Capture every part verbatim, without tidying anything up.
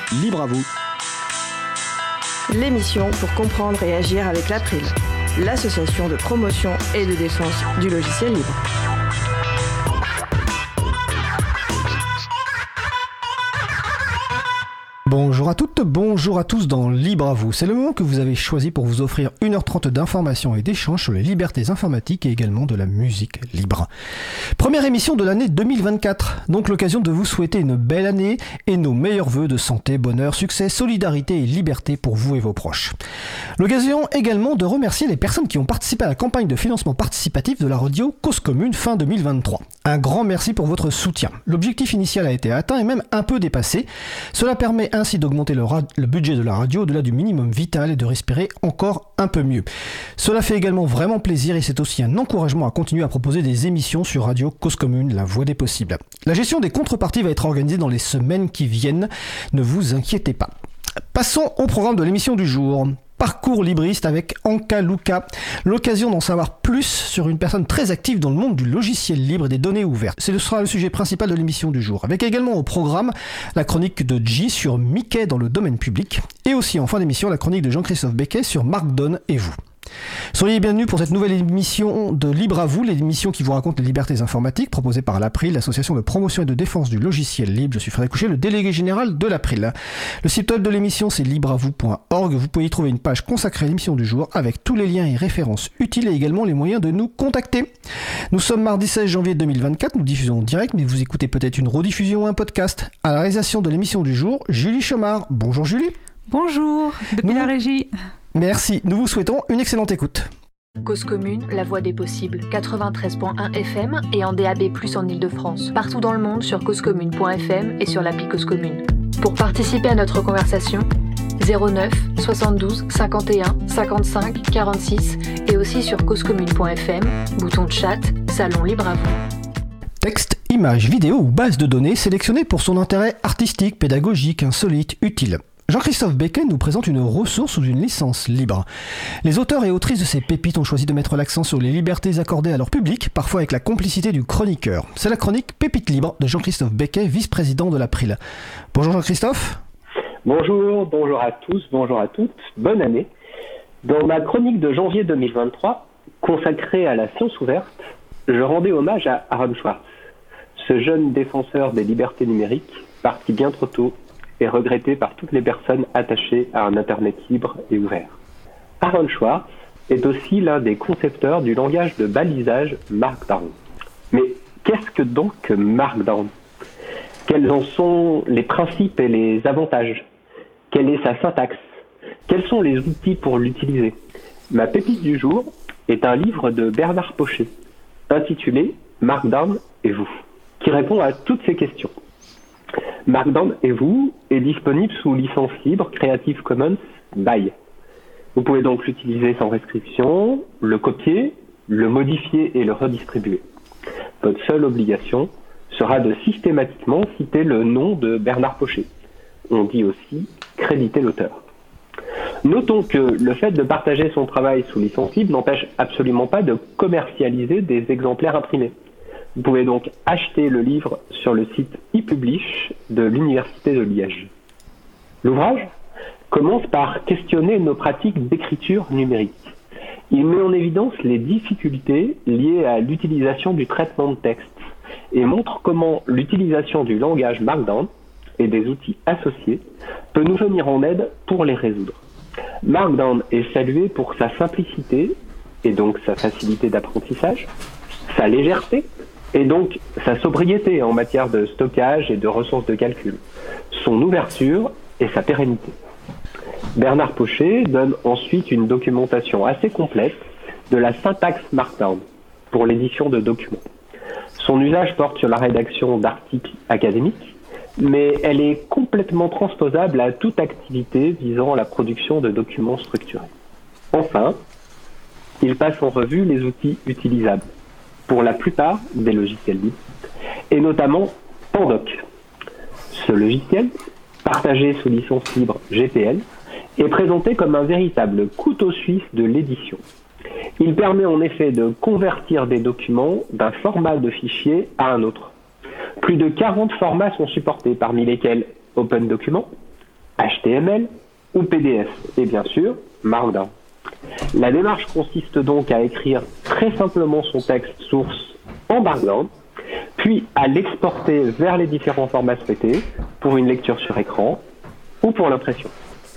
Libre à vous. L'émission pour comprendre et agir avec l'April, l'association de promotion et de défense du logiciel libre. Bonjour à toutes, bonjour à tous dans Libre à vous. C'est le moment que vous avez choisi pour vous offrir une heure trente d'informations et d'échanges sur les libertés informatiques et également de la musique libre. Première émission de l'année deux mille vingt-quatre, donc l'occasion de vous souhaiter une belle année et nos meilleurs vœux de santé, bonheur, succès, solidarité et liberté pour vous et vos proches. L'occasion également de remercier les personnes qui ont participé à la campagne de financement participatif de la radio Cause Commune fin deux mille vingt-trois. Un grand merci pour votre soutien. L'objectif initial a été atteint et même un peu dépassé. Cela permet ainsi d'augmenter le, ra- le budget de la radio au-delà du minimum vital et de respirer encore un peu mieux. Cela fait également vraiment plaisir et c'est aussi un encouragement à continuer à proposer des émissions sur Radio Cause Commune, la voix des possibles. La gestion des contreparties va être organisée dans les semaines qui viennent, ne vous inquiétez pas. Passons au programme de l'émission du jour. Parcours libriste avec Anka Luka, l'occasion d'en savoir plus sur une personne très active dans le monde du logiciel libre et des données ouvertes. Ce sera le sujet principal de l'émission du jour, avec également au programme la chronique de J sur Mickey dans le domaine public, et aussi en fin d'émission la chronique de Jean-Christophe Becquet sur Markdown et vous. Soyez les bienvenus pour cette nouvelle émission de Libre à vous, l'émission qui vous raconte les libertés informatiques proposée par l'April, l'association de promotion et de défense du logiciel libre. Je suis Frédéric Couchet, le délégué général de l'April. Le site web de l'émission c'est libre à vous point org. Vous pouvez y trouver une page consacrée à l'émission du jour avec tous les liens et références utiles et également les moyens de nous contacter. Nous sommes mardi seize janvier deux mille vingt-quatre, nous diffusons en direct, mais vous écoutez peut-être une rediffusion ou un podcast. À la réalisation de l'émission du jour, Julie Chomard. Bonjour Julie. Bonjour, depuis Nous... la régie. Merci, nous vous souhaitons une excellente écoute. Cause Commune, la voix des possibles, quatre-vingt-treize point un F M et en D A B plus, en Ile-de-France. Partout dans le monde sur cause commune point F M et sur l'appli Cause Commune. Pour participer à notre conversation, zéro neuf soixante-douze cinquante et un cinquante-cinq quarante-six et aussi sur cause commune point F M, bouton de chat, salon libre à vous. Texte, images, vidéos ou bases de données sélectionnées pour son intérêt artistique, pédagogique, insolite, utile. Jean-Christophe Becquet nous présente une ressource sous une licence libre. Les auteurs et autrices de ces pépites ont choisi de mettre l'accent sur les libertés accordées à leur public, parfois avec la complicité du chroniqueur. C'est la chronique Pépites libres de Jean-Christophe Becquet, vice-président de l'April. Bonjour Jean-Christophe. Bonjour, bonjour à tous, bonjour à toutes, bonne année. Dans ma chronique de janvier deux mille vingt-trois, consacrée à la science ouverte, je rendais hommage à Aaron Swartz, ce jeune défenseur des libertés numériques, parti bien trop tôt et regretté par toutes les personnes attachées à un Internet libre et ouvert. Aaron Swartz est aussi l'un des concepteurs du langage de balisage Markdown. Mais qu'est-ce que donc Markdown ? Quels en sont les principes et les avantages ? Quelle est sa syntaxe ? Quels sont les outils pour l'utiliser ? Ma pépite du jour est un livre de Bernard Pochet, intitulé « Markdown et vous », qui répond à toutes ces questions. Markdown et vous est disponible sous licence libre Creative Commons by. Vous pouvez donc l'utiliser sans restriction, le copier, le modifier et le redistribuer. Votre seule obligation sera de systématiquement citer le nom de Bernard Pochet. On dit aussi créditer l'auteur. Notons que le fait de partager son travail sous licence libre n'empêche absolument pas de commercialiser des exemplaires imprimés. Vous pouvez donc acheter le livre sur le site ePublish de l'Université de Liège. L'ouvrage commence par questionner nos pratiques d'écriture numérique. Il met en évidence les difficultés liées à l'utilisation du traitement de texte et montre comment l'utilisation du langage Markdown et des outils associés peut nous venir en aide pour les résoudre. Markdown est salué pour sa simplicité et donc sa facilité d'apprentissage, sa légèreté et donc sa sobriété en matière de stockage et de ressources de calcul, son ouverture et sa pérennité. Bernard Pochet donne ensuite une documentation assez complète de la syntaxe Markdown pour l'édition de documents. Son usage porte sur la rédaction d'articles académiques, mais elle est complètement transposable à toute activité visant la production de documents structurés. Enfin, il passe en revue les outils utilisables pour la plupart des logiciels libres, et notamment Pandoc. Ce logiciel, partagé sous licence libre G P L, est présenté comme un véritable couteau suisse de l'édition. Il permet en effet de convertir des documents d'un format de fichier à un autre. Plus de quarante formats sont supportés, parmi lesquels Open Document, H T M L ou P D F, et bien sûr, Markdown. La démarche consiste donc à écrire très simplement son texte source en Markdown, puis à l'exporter vers les différents formats souhaités pour une lecture sur écran ou pour l'impression.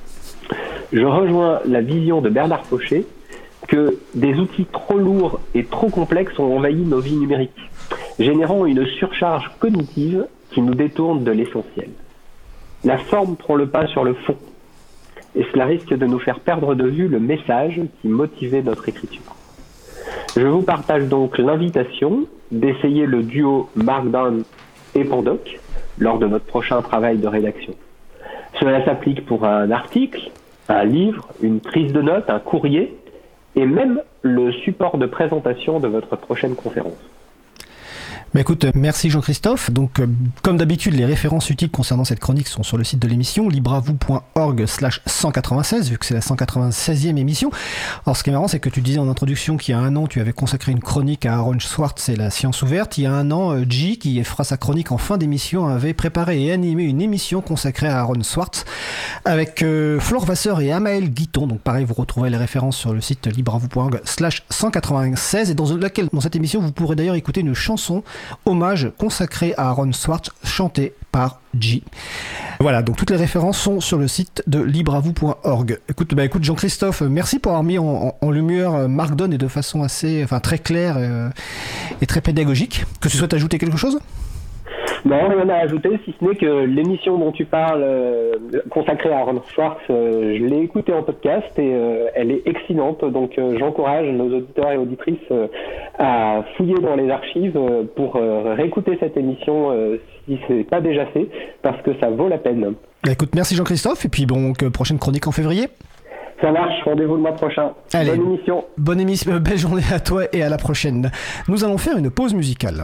Je rejoins la vision de Bernard Fauché que des outils trop lourds et trop complexes ont envahi nos vies numériques, générant une surcharge cognitive qui nous détourne de l'essentiel. La forme prend le pas sur le fond, et cela risque de nous faire perdre de vue le message qui motivait notre écriture. Je vous partage donc l'invitation d'essayer le duo Markdown et Pandoc lors de notre prochain travail de rédaction. Cela s'applique pour un article, un livre, une prise de notes, un courrier, et même le support de présentation de votre prochaine conférence. Bah écoute, merci Jean-Christophe. Donc, euh, comme d'habitude, les références utiles concernant cette chronique sont sur le site de l'émission, libravou point org slash cent quatre-vingt-seize, vu que c'est la cent quatre-vingt-seizième émission. Alors, ce qui est marrant, c'est que tu disais en introduction qu'il y a un an, tu avais consacré une chronique à Aaron Swartz et la science ouverte. Il y a un an, euh, G, qui fera sa chronique en fin d'émission, avait préparé et animé une émission consacrée à Aaron Swartz avec euh, Flore Vasseur et Amaël Guiton. Donc, pareil, vous retrouvez les références sur le site libravou point org slash cent quatre-vingt-seize, et dans laquelle, dans cette émission, vous pourrez d'ailleurs écouter une chanson hommage consacré à Aaron Swartz, chanté par G. Voilà, donc toutes les références sont sur le site de libravou point org. Écoute, bah écoute Jean-Christophe, merci pour avoir mis en, en, en lumière Markdown et de façon assez, enfin très claire et, et très pédagogique. Que tu souhaites ajouter quelque chose ? Non, rien à ajouter, si ce n'est que l'émission dont tu parles, euh, consacrée à Aaron Swartz, euh, je l'ai écoutée en podcast et euh, elle est excellente. Donc euh, j'encourage nos auditeurs et auditrices euh, à fouiller dans les archives euh, pour euh, réécouter cette émission euh, si ce n'est pas déjà fait, parce que ça vaut la peine. Bah, écoute, merci Jean-Christophe, et puis bon, que prochaine chronique en février. Ça marche, rendez-vous le mois prochain. Allez, bonne émission. Bonne émission, belle journée à toi et à la prochaine. Nous allons faire une pause musicale.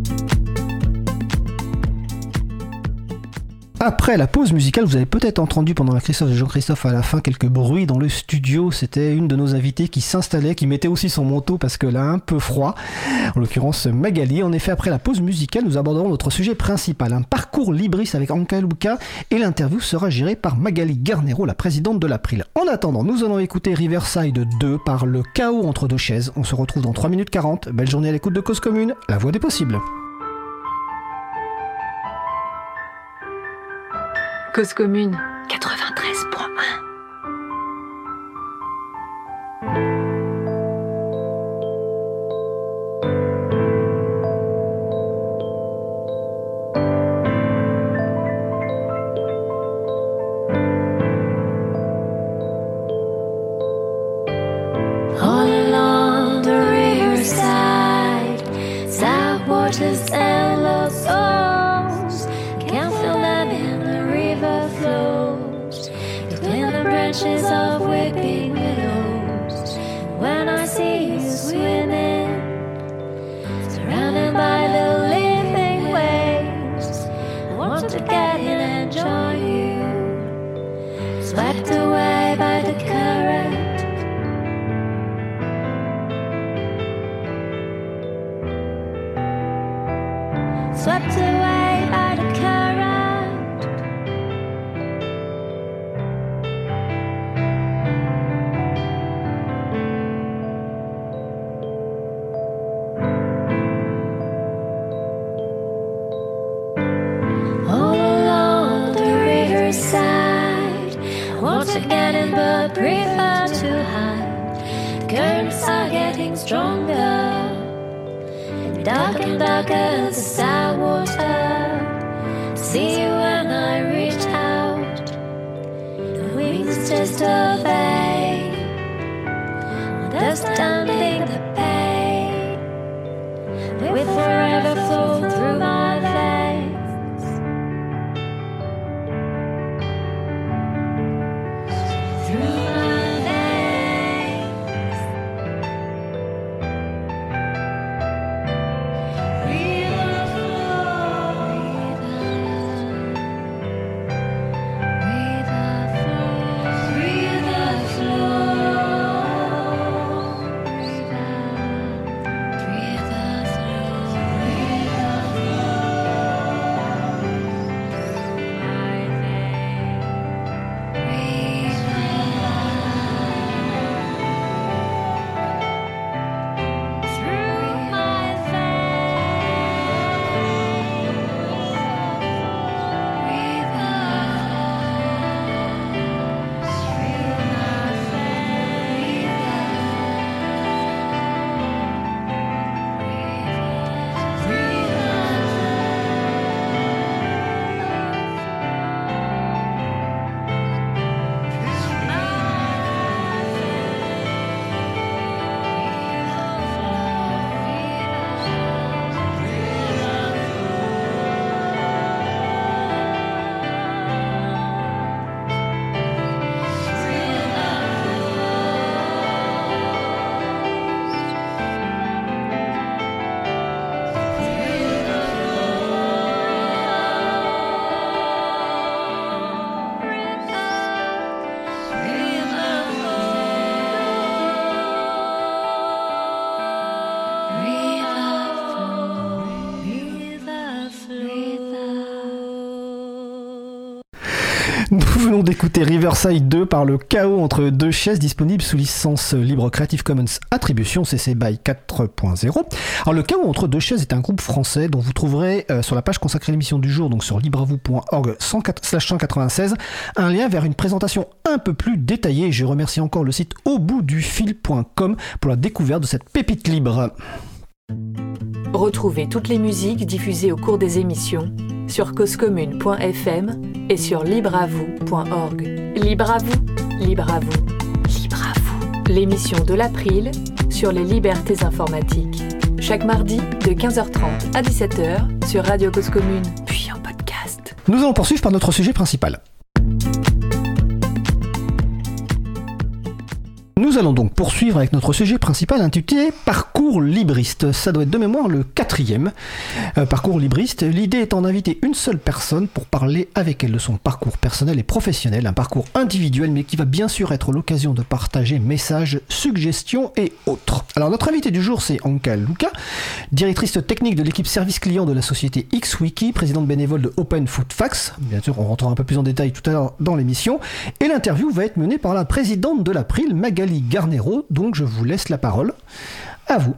Après la pause musicale, vous avez peut-être entendu pendant la Christophe et Jean-Christophe à la fin quelques bruits dans le studio. C'était une de nos invitées qui s'installait, qui mettait aussi son manteau parce qu'elle a un peu froid. En l'occurrence Magali. En effet, après la pause musicale, nous aborderons notre sujet principal, un parcours Libris avec Anka Luka, et l'interview sera gérée par Magali Garnero, la présidente de l'April. En attendant, nous allons écouter Riverside deux par Le Chaos entre deux chaises. On se retrouve dans trois minutes quarante. Belle journée à l'écoute de Cause Commune, la voix des possibles. Cause Commune quatre-vingt-treize point un. All along the riverside, sad waters and lost souls, can't feel them in the river flows, between the branches of weeping willows. When I see you swimming, surrounded by the living waves, I want to get in and join you, swept away by the current. Swept away by the current. All along the riverside, I want to get in but prefer to hide. The currents are getting stronger, dark and darker as the sad water. See you when I reach out, the wings just obey, understanding the pain, with forever flow through my veins, through my veins. River flow, river flow, river flow, river, river flow, river flow. Nous venons d'écouter Riverside deux par le chaos entre deux chaises, disponible sous licence libre Creative Commons Attribution C C BY quatre point zéro. Alors le chaos entre deux chaises est un groupe français dont vous trouverez euh, sur la page consacrée à l'émission du jour, donc sur libravou point org slash cent quatre-vingt-seize, un lien vers une présentation un peu plus détaillée. Je remercie encore le site au bout du fil point com pour la découverte de cette pépite libre. Retrouvez toutes les musiques diffusées au cours des émissions sur causecommune point f m et sur libravou point org. Libre à vous, libre à vous, libre à vous. L'émission de l'April sur les libertés informatiques. Chaque mardi de quinze heures trente à dix-sept heures sur Radio Cause Commune, puis en podcast. Nous allons poursuivre par notre sujet principal. Nous allons donc poursuivre avec notre sujet principal intitulé Parcours libriste. Ça doit être de mémoire le quatrième euh, Parcours libriste. L'idée étant d'inviter une seule personne pour parler avec elle de son parcours personnel et professionnel, un parcours individuel mais qui va bien sûr être l'occasion de partager messages, suggestions et autres. Alors notre invité du jour c'est Anka Luka, directrice technique de l'équipe service client de la société XWiki, présidente bénévole de Open Food Facts. Bien sûr on rentrera un peu plus en détail tout à l'heure dans l'émission. Et l'interview va être menée par la présidente de l'April, Magali Garnero, donc je vous laisse la parole. À vous.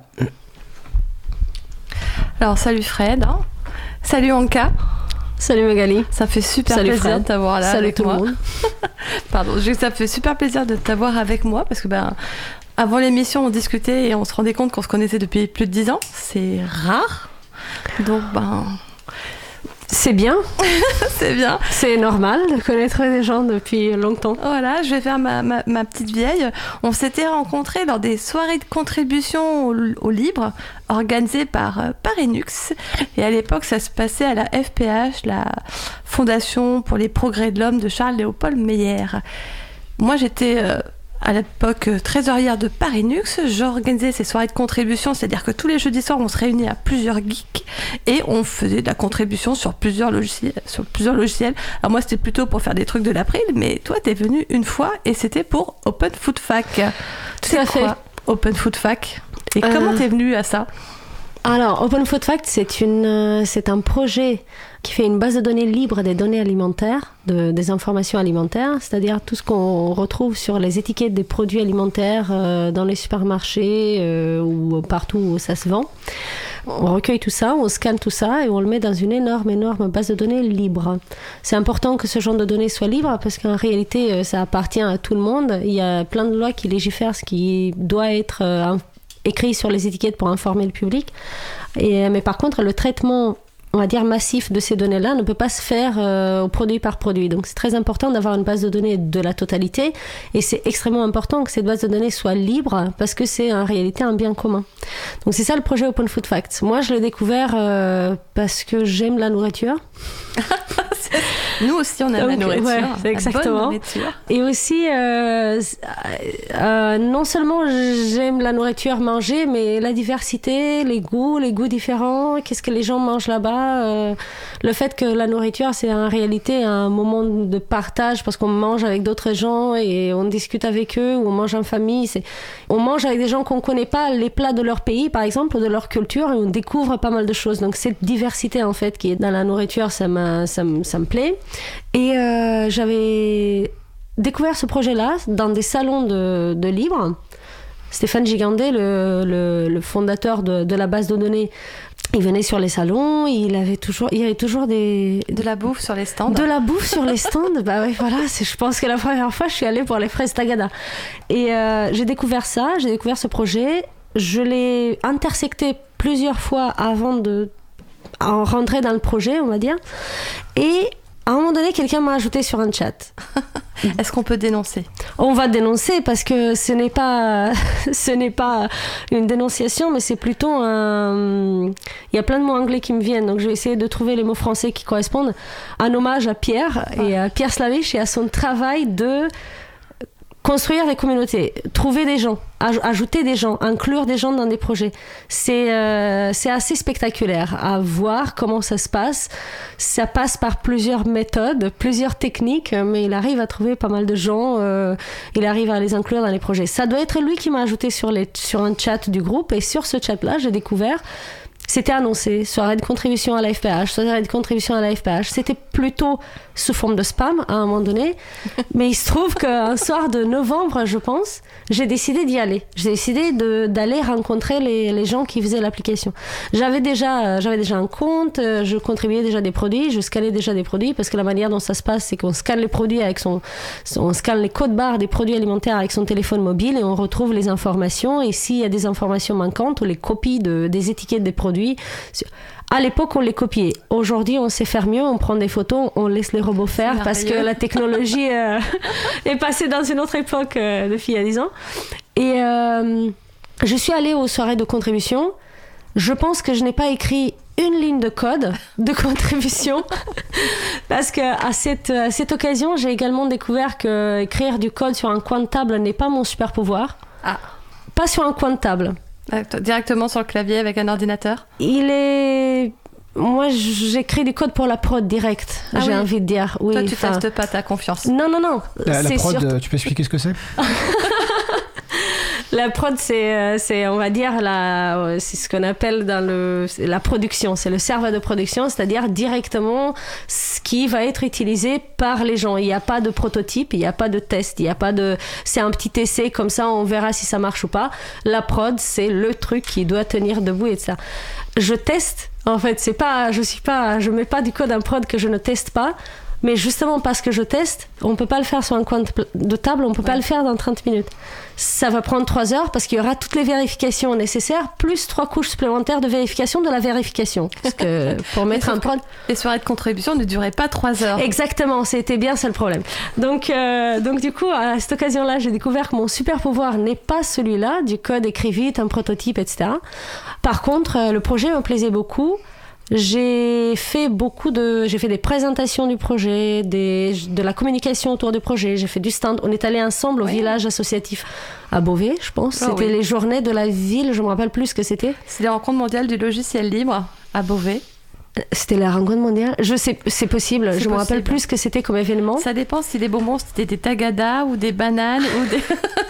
Alors salut Fred, hein. Salut Anka. Salut Magali. Ça fait super Salut plaisir Fred. de t'avoir là Salut avec tout moi. le monde. Pardon, je- ça fait super plaisir de t'avoir avec moi parce que ben avant l'émission on discutait et on se rendait compte qu'on se connaissait depuis plus de dix ans. C'est rare. Donc ben C'est bien, c'est bien. c'est normal de connaître des gens depuis longtemps. Voilà, je vais faire ma, ma, ma petite vieille. On s'était rencontrés lors des soirées de contribution au, au libre organisées par euh, Parinux. Et à l'époque, ça se passait à la F P H, la Fondation pour les progrès de l'homme de Charles-Léopold Meyer. Moi, j'étais euh, à l'époque euh, trésorière de Parinux. J'organisais ces soirées de contribution, c'est-à-dire que tous les jeudis soirs, on se réunit à plusieurs geeks et on faisait de la contribution sur plusieurs logiciels. Sur plusieurs logiciels. Alors moi, c'était plutôt pour faire des trucs de l'April, mais toi, t'es venu une fois et c'était pour Open Food Fac. Tout C'est à fait. quoi, Open Food Fac? Et Euh, comment t'es venu à ça? Alors, Open Food Fact, c'est, une, euh, c'est un projet qui fait une base de données libre des données alimentaires, de, des informations alimentaires, c'est-à-dire tout ce qu'on retrouve sur les étiquettes des produits alimentaires euh, dans les supermarchés euh, ou partout où ça se vend. On recueille tout ça, on scanne tout ça et on le met dans une énorme, énorme base de données libre. C'est important que ce genre de données soit libre parce qu'en réalité, euh, ça appartient à tout le monde. Il y a plein de lois qui légifèrent ce qui doit être euh, écrit sur les étiquettes pour informer le public. Et, mais par contre, le traitement, on va dire, massif de ces données-là ne peut pas se faire euh, au produit par produit. Donc c'est très important d'avoir une base de données de la totalité et c'est extrêmement important que cette base de données soit libre parce que c'est en réalité un bien commun. Donc c'est ça le projet Open Food Facts. Moi, je l'ai découvert euh, parce que j'aime la nourriture. Nous aussi, on aime la Donc, nourriture. ouais, la c'est exactement. bonne nourriture. Et aussi, euh, euh, non seulement j'aime la nourriture manger, mais la diversité, les goûts, les goûts différents, qu'est-ce que les gens mangent là-bas, euh, le fait que la nourriture, c'est en réalité un moment de partage parce qu'on mange avec d'autres gens et on discute avec eux ou on mange en famille. C'est... On mange avec des gens qu'on ne connaît pas, les plats de leur pays, par exemple, ou de leur culture, et on découvre pas mal de choses. Donc cette diversité, en fait, qui est dans la nourriture, ça, m'a, ça, me, ça me plaît. Et euh, j'avais découvert ce projet-là dans des salons de, de livres. Stéphane Gigandet, le, le, le fondateur de, de la base de données, il venait sur les salons, il avait toujours, il y avait toujours des... De la bouffe sur les stands. De la bouffe sur les stands, bah oui, voilà, c'est, je pense que la première fois, je suis allée pour les fraises Tagada. Et euh, j'ai découvert ça, j'ai découvert ce projet, je l'ai intersecté plusieurs fois avant de en rentrer dans le projet, on va dire. Et à un moment donné, quelqu'un m'a ajouté sur un chat. Est-ce qu'on peut dénoncer? On va dénoncer parce que ce n'est pas, ce n'est pas une dénonciation, mais c'est plutôt un... Il y a plein de mots anglais qui me viennent, donc je vais essayer de trouver les mots français qui correspondent. Un hommage à Pierre, et à Pierre Slavich et à son travail de construire des communautés, trouver des gens, aj- ajouter des gens, inclure des gens dans des projets. C'est, euh, c'est assez spectaculaire à voir comment ça se passe. Ça passe par plusieurs méthodes, plusieurs techniques, mais il arrive à trouver pas mal de gens, euh, il arrive à les inclure dans les projets. Ça doit être lui qui m'a ajouté sur, les, sur un chat du groupe, et sur ce chat-là, j'ai découvert C'était annoncé, soirée de contribution à la F P H, soirée de contribution à la F P H. C'était plutôt sous forme de spam à un moment donné. Mais il se trouve qu'un soir de novembre, je pense, j'ai décidé d'y aller. J'ai décidé de, d'aller rencontrer les, les gens qui faisaient l'application. J'avais déjà, j'avais déjà un compte, je contribuais déjà des produits, je scannais déjà des produits, parce que la manière dont ça se passe, c'est qu'on scanne les produits avec son, on scanne les codes barres des produits alimentaires avec son téléphone mobile et on retrouve les informations. Et s'il y a des informations manquantes, ou les copies de, des étiquettes des produits, à l'époque, on les copiait. Aujourd'hui, on sait faire mieux. On prend des photos, on laisse les robots faire parce que la technologie euh, est passée dans une autre époque euh, depuis il y a dix ans. Et euh, je suis allée aux soirées de contribution. Je pense que je n'ai pas écrit une ligne de code de contribution parce qu'à cette, à cette occasion, j'ai également découvert que écrire du code sur un coin de table n'est pas mon super pouvoir. Ah. Pas sur un coin de table. Directement sur le clavier avec un ordinateur? Il est... Moi, j'écris du code pour la prod direct, ah j'ai oui. envie de dire. Oui, toi, tu fin... testes pas ta confiance? Non, non, non. La, la prod, surtout... tu peux expliquer ce que c'est? La prod, c'est, c'est, on va dire, la, c'est ce qu'on appelle dans le, la production. C'est le serveur de production, c'est-à-dire directement ce qui va être utilisé par les gens. Il n'y a pas de prototype, il n'y a pas de test, il n'y a pas de... C'est un petit essai, comme ça, on verra si ça marche ou pas. La prod, c'est le truc qui doit tenir debout et ça. Je teste, en fait, c'est pas... Je suis pas... Je mets pas du code en prod que je ne teste pas. Mais justement parce que je teste, on ne peut pas le faire sur un coin de table, on ne peut ouais. pas le faire dans trente minutes. Ça va prendre trois heures parce qu'il y aura toutes les vérifications nécessaires, plus trois couches supplémentaires de vérification de la vérification. Parce que pour mettre un prod... Les soirées de contribution ne duraient pas trois heures. Exactement, c'était bien ça le problème. Donc, euh, donc du coup, à cette occasion-là, j'ai découvert que mon super pouvoir n'est pas celui-là, du code écrit vite, un prototype, et cetera. Par contre, le projet me plaisait beaucoup. J'ai fait beaucoup de, j'ai fait des présentations du projet, des, de la communication autour du projet. J'ai fait du stand. On est allé ensemble au oui. village associatif à Beauvais, je pense. Oh, c'était oui. les journées de la ville. Je me rappelle plus ce que c'était. C'est les rencontres mondiales du logiciel libre à Beauvais. C'était la rencontre mondiale. Je sais, c'est possible. C'est je possible. me rappelle plus ce que c'était comme événement. Ça dépend si les bonbons c'était des tagadas ou des bananes ou des.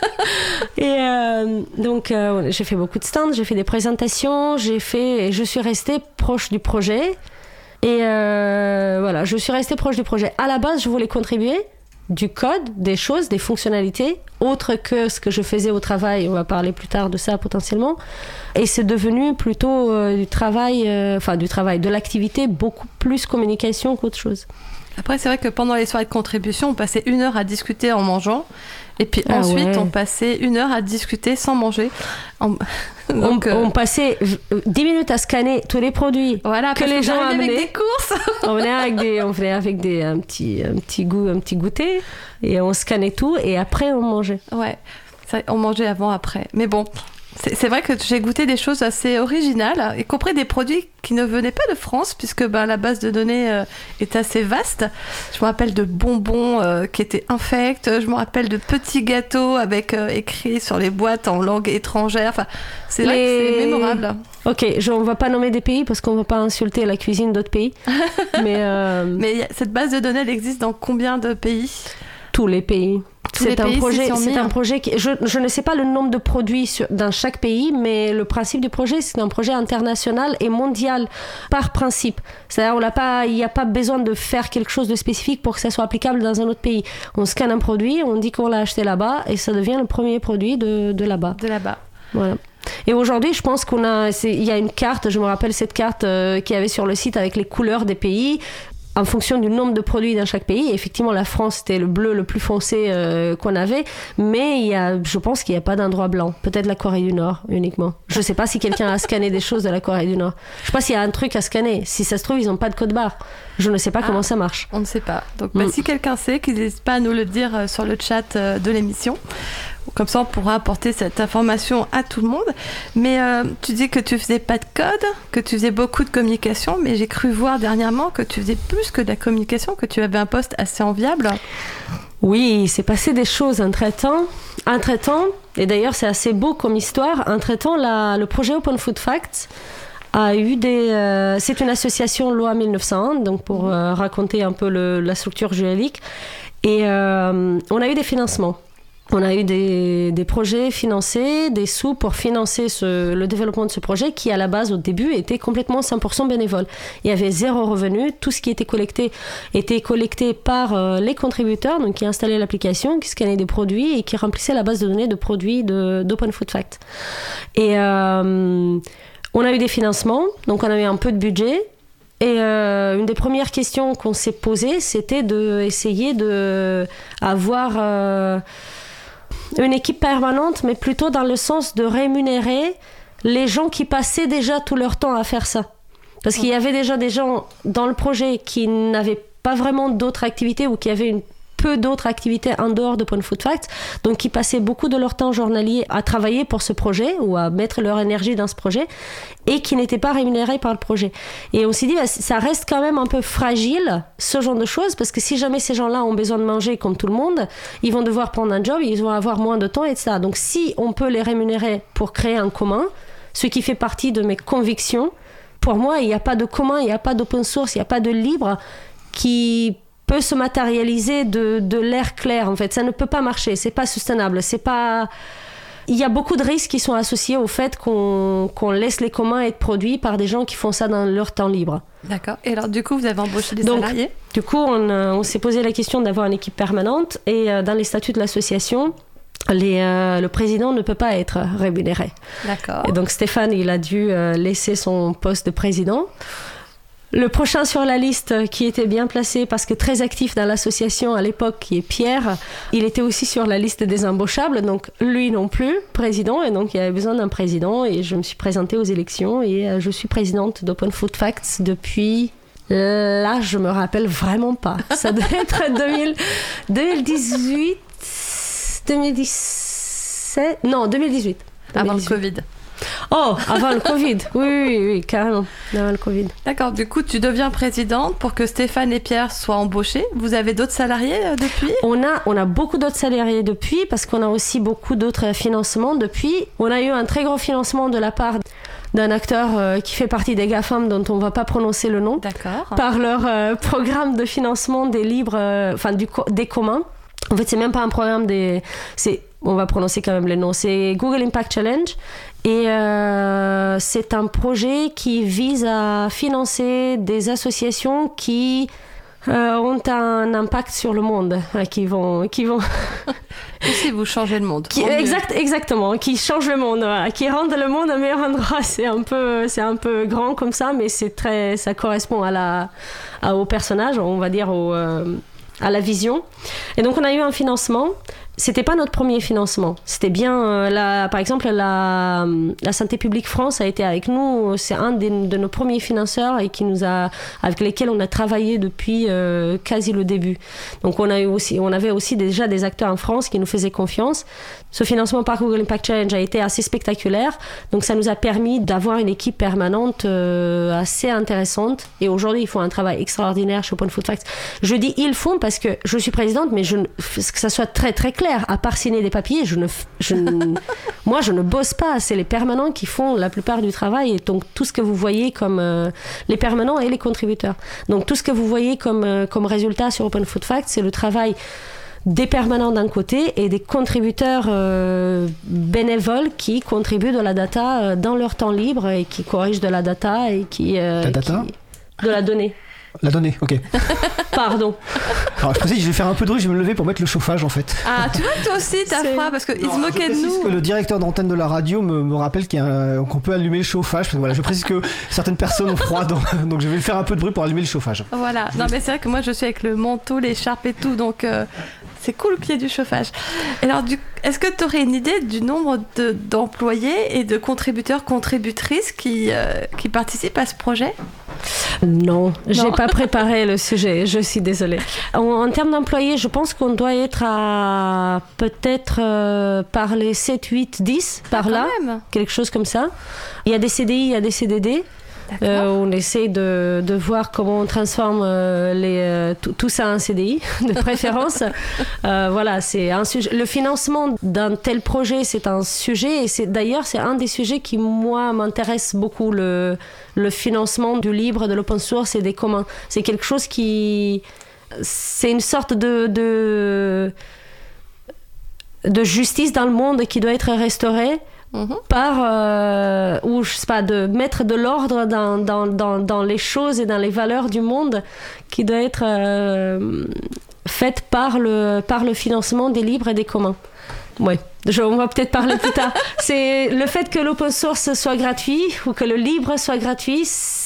Et euh, donc euh, j'ai fait beaucoup de stands, j'ai fait des présentations, j'ai fait, et je suis restée proche du projet. Et euh, voilà, je suis restée proche du projet. À la base, je voulais contribuer du code, des choses, des fonctionnalités, autres que ce que je faisais au travail. On va parler plus tard de ça potentiellement. Et c'est devenu plutôt euh, du travail, euh, enfin du travail, de l'activité, beaucoup plus communication qu'autre chose. Après, c'est vrai que pendant les soirées de contribution, on passait une heure à discuter en mangeant. Et puis ah ensuite, ouais. on passait une heure à discuter sans manger. En... Donc, on, euh... on passait dix minutes à scanner tous les produits voilà, que les gens amenaient. Avec des courses. on venait avec, des, on venait avec des, un, petit, un, petit goût, un petit goûter. Et on scannait tout. Et après, on mangeait. Ouais, ça, on mangeait avant, après. Mais bon... C'est, c'est vrai que j'ai goûté des choses assez originales, y compris des produits qui ne venaient pas de France, puisque ben, la base de données euh, est assez vaste. Je me rappelle de bonbons euh, qui étaient infects, je me rappelle de petits gâteaux avec euh, écrit sur les boîtes en langue étrangère. Enfin, c'est là Les... que c'est mémorable. Ok, je, on ne va pas nommer des pays parce qu'on ne va pas insulter la cuisine d'autres pays. mais euh... mais a, cette base de données, elle existe dans combien de pays ? Tous les pays. Tous c'est les un pays, projet, c'est, c'est un projet qui, je, je ne sais pas le nombre de produits sur, dans chaque pays, mais le principe du projet, c'est un projet international et mondial par principe. C'est-à-dire, on n'a pas, il n'y a pas besoin de faire quelque chose de spécifique pour que ça soit applicable dans un autre pays. On scanne un produit, on dit qu'on l'a acheté là-bas et ça devient le premier produit de, de là-bas. De là-bas. Voilà. Et aujourd'hui, je pense qu'on a, c'est, il y a une carte, je me rappelle cette carte euh, qu'il y avait sur le site avec les couleurs des pays. En fonction du nombre de produits dans chaque pays. Effectivement, la France, c'était le bleu le plus foncé euh, qu'on avait, mais il y a, je pense qu'il n'y a pas d'endroit blanc. Peut-être la Corée du Nord, uniquement. Je ne sais pas si quelqu'un a scanné des choses de la Corée du Nord. Je ne sais pas s'il y a un truc à scanner. Si ça se trouve, ils n'ont pas de code barre. Je ne sais pas ah, comment ça marche. On ne sait pas. Donc, bah, mm. si quelqu'un sait, qu'il n'hésite pas à nous le dire euh, sur le chat euh, de l'émission. Comme ça, on pourra apporter cette information à tout le monde. Mais euh, tu dis que tu faisais pas de code, que tu faisais beaucoup de communication, mais j'ai cru voir dernièrement que tu faisais plus que de la communication, que tu avais un poste assez enviable. Oui, il s'est passé des choses entre-temps. Entre-temps, et d'ailleurs c'est assez beau comme histoire, entre-temps, la, le projet Open Food Facts a eu des... Euh, c'est une association loi mille neuf cent un, donc pour euh, raconter un peu le, la structure juridique. Et euh, on a eu des financements. On a eu des, des projets financés, des sous pour financer ce, le développement de ce projet qui, à la base, au début, était complètement cent pour cent bénévole. Il y avait zéro revenu. Tout ce qui était collecté était collecté par euh, les contributeurs, donc qui installaient l'application, qui scannaient des produits et qui remplissaient la base de données de produits de, d'Open Food Facts. Et euh, on a eu des financements, donc on a eu un peu de budget. Et euh, une des premières questions qu'on s'est posées, c'était d'essayer d'avoir... Euh, une équipe permanente, mais plutôt dans le sens de rémunérer les gens qui passaient déjà tout leur temps à faire ça. Parce qu'il y avait déjà des gens dans le projet qui n'avaient pas vraiment d'autres activités ou qui avaient une peu d'autres activités en dehors d'Open Food Facts, donc qui passaient beaucoup de leur temps journalier à travailler pour ce projet ou à mettre leur énergie dans ce projet et qui n'étaient pas rémunérés par le projet. Et on s'est dit, bah, ça reste quand même un peu fragile, ce genre de choses, parce que si jamais ces gens-là ont besoin de manger comme tout le monde, ils vont devoir prendre un job, ils vont avoir moins de temps, et cetera. Donc si on peut les rémunérer pour créer un commun, ce qui fait partie de mes convictions, pour moi, il n'y a pas de commun, il n'y a pas d'open source, il n'y a pas de libre qui peut se matérialiser de, de l'air clair, en fait. Ça ne peut pas marcher, c'est pas soutenable, c'est pas... Il y a beaucoup de risques qui sont associés au fait qu'on, qu'on laisse les communs être produits par des gens qui font ça dans leur temps libre. D'accord. Et alors, du coup, vous avez embauché des Donc, salariés ? Du coup, on, on s'est posé la question d'avoir une équipe permanente et euh, dans les statuts de l'association, les, euh, le président ne peut pas être rémunéré. D'accord. Et donc, Stéphane, il a dû euh, laisser son poste de président. Le prochain sur la liste, qui était bien placé parce que très actif dans l'association à l'époque, qui est Pierre, il était aussi sur la liste des embauchables, donc lui non plus, président, et donc il y avait besoin d'un président, et je me suis présentée aux élections, et je suis présidente d'Open Food Facts depuis... Là, je me rappelle vraiment pas. Ça doit être deux mille, deux mille dix-huit, deux mille dix-sept... Non, deux mille dix-huit. Avant le Covid. Oh, avant le Covid, oui, oui, oui, carrément, avant le Covid. D'accord, du coup, tu deviens présidente pour que Stéphane et Pierre soient embauchés. Vous avez d'autres salariés euh, depuis ? On a, on a beaucoup d'autres salariés depuis, parce qu'on a aussi beaucoup d'autres financements depuis. On a eu un très gros financement de la part d'un acteur euh, qui fait partie des GAFAM, dont on ne va pas prononcer le nom. D'accord. Par leur euh, programme de financement des livres, euh, enfin, du, des communs. En fait, c'est même pas un programme des... C'est, on va prononcer quand même les noms. C'est Google Impact Challenge. Et euh, c'est un projet qui vise à financer des associations qui euh, ont un impact sur le monde, qui vont... Qui vont Et si vous changez le monde. Qui, exact, exactement, qui changent le monde, voilà, qui rendent le monde un meilleur endroit. C'est un peu, c'est un peu grand comme ça, mais c'est très, ça correspond à la, à, au personnage, on va dire, au... Euh, à la vision. Et donc on a eu un financement. C'était pas notre premier financement. C'était bien, euh, la, par exemple, la, la Santé publique France a été avec nous. C'est un des, de nos premiers financeurs et qui nous a, avec lesquels on a travaillé depuis euh, quasi le début. Donc on a eu aussi, on avait aussi déjà des acteurs en France qui nous faisaient confiance. Ce financement par Google Impact Challenge a été assez spectaculaire. Donc ça nous a permis d'avoir une équipe permanente euh, assez intéressante. Et aujourd'hui, ils font un travail extraordinaire chez Open Food Facts. Je dis ils font parce que je suis présidente, mais je, que ça soit très très clair. À part signer des papiers, je ne, je ne, moi je ne bosse pas. C'est les permanents qui font la plupart du travail. Et donc tout ce que vous voyez comme euh, les permanents et les contributeurs. Donc tout ce que vous voyez comme, euh, comme résultat sur Open Food Facts, c'est le travail des permanents d'un côté et des contributeurs euh, bénévoles qui contribuent de la data euh, dans leur temps libre et qui corrigent de la data et qui... Euh, la data qui, de la donnée. La donnée, ok. Pardon. Alors je précise, je vais faire un peu de bruit, je vais me lever pour mettre le chauffage en fait. Ah, tu vois, toi aussi t'as c'est... froid parce qu'ils se moquaient de nous. Que le directeur d'antenne de la radio me, me rappelle qu'il y a un, qu'on peut allumer le chauffage. Parce que, voilà, je précise que certaines personnes ont froid, donc, donc je vais faire un peu de bruit pour allumer le chauffage. Voilà, non mais c'est vrai que moi je suis avec le manteau, l'écharpe et tout, donc euh, c'est cool qu'il y ait du chauffage. Et alors, du, est-ce que tu aurais une idée du nombre de, d'employés et de contributeurs, contributrices qui, euh, qui participent à ce projet ? Non, j'ai non. pas préparé le sujet, je suis désolée. En, en termes d'employés, je pense qu'on doit être à peut-être euh, par les sept, huit, dix, par ah, là, même. Quelque chose comme ça. Il y a des C D I, il y a des C D D. Euh, on essaie de, de voir comment on transforme euh, les, euh, tout, tout ça en C D I, de préférence. euh, voilà, c'est un sujet. Le financement d'un tel projet, c'est un sujet, et c'est, d'ailleurs, c'est un des sujets qui, moi, m'intéresse beaucoup, le, le financement du libre, de l'open source et des communs. C'est quelque chose qui... C'est une sorte de... de de justice dans le monde qui doit être restaurée. Mmh. Par, euh, ou je sais pas, de mettre de l'ordre dans, dans, dans, dans les choses et dans les valeurs du monde qui doit être euh, faite par le, par le financement des libres et des communs. Ouais, je, on va peut-être parler plus tard. C'est le fait que l'open source soit gratuit ou que le libre soit gratuit,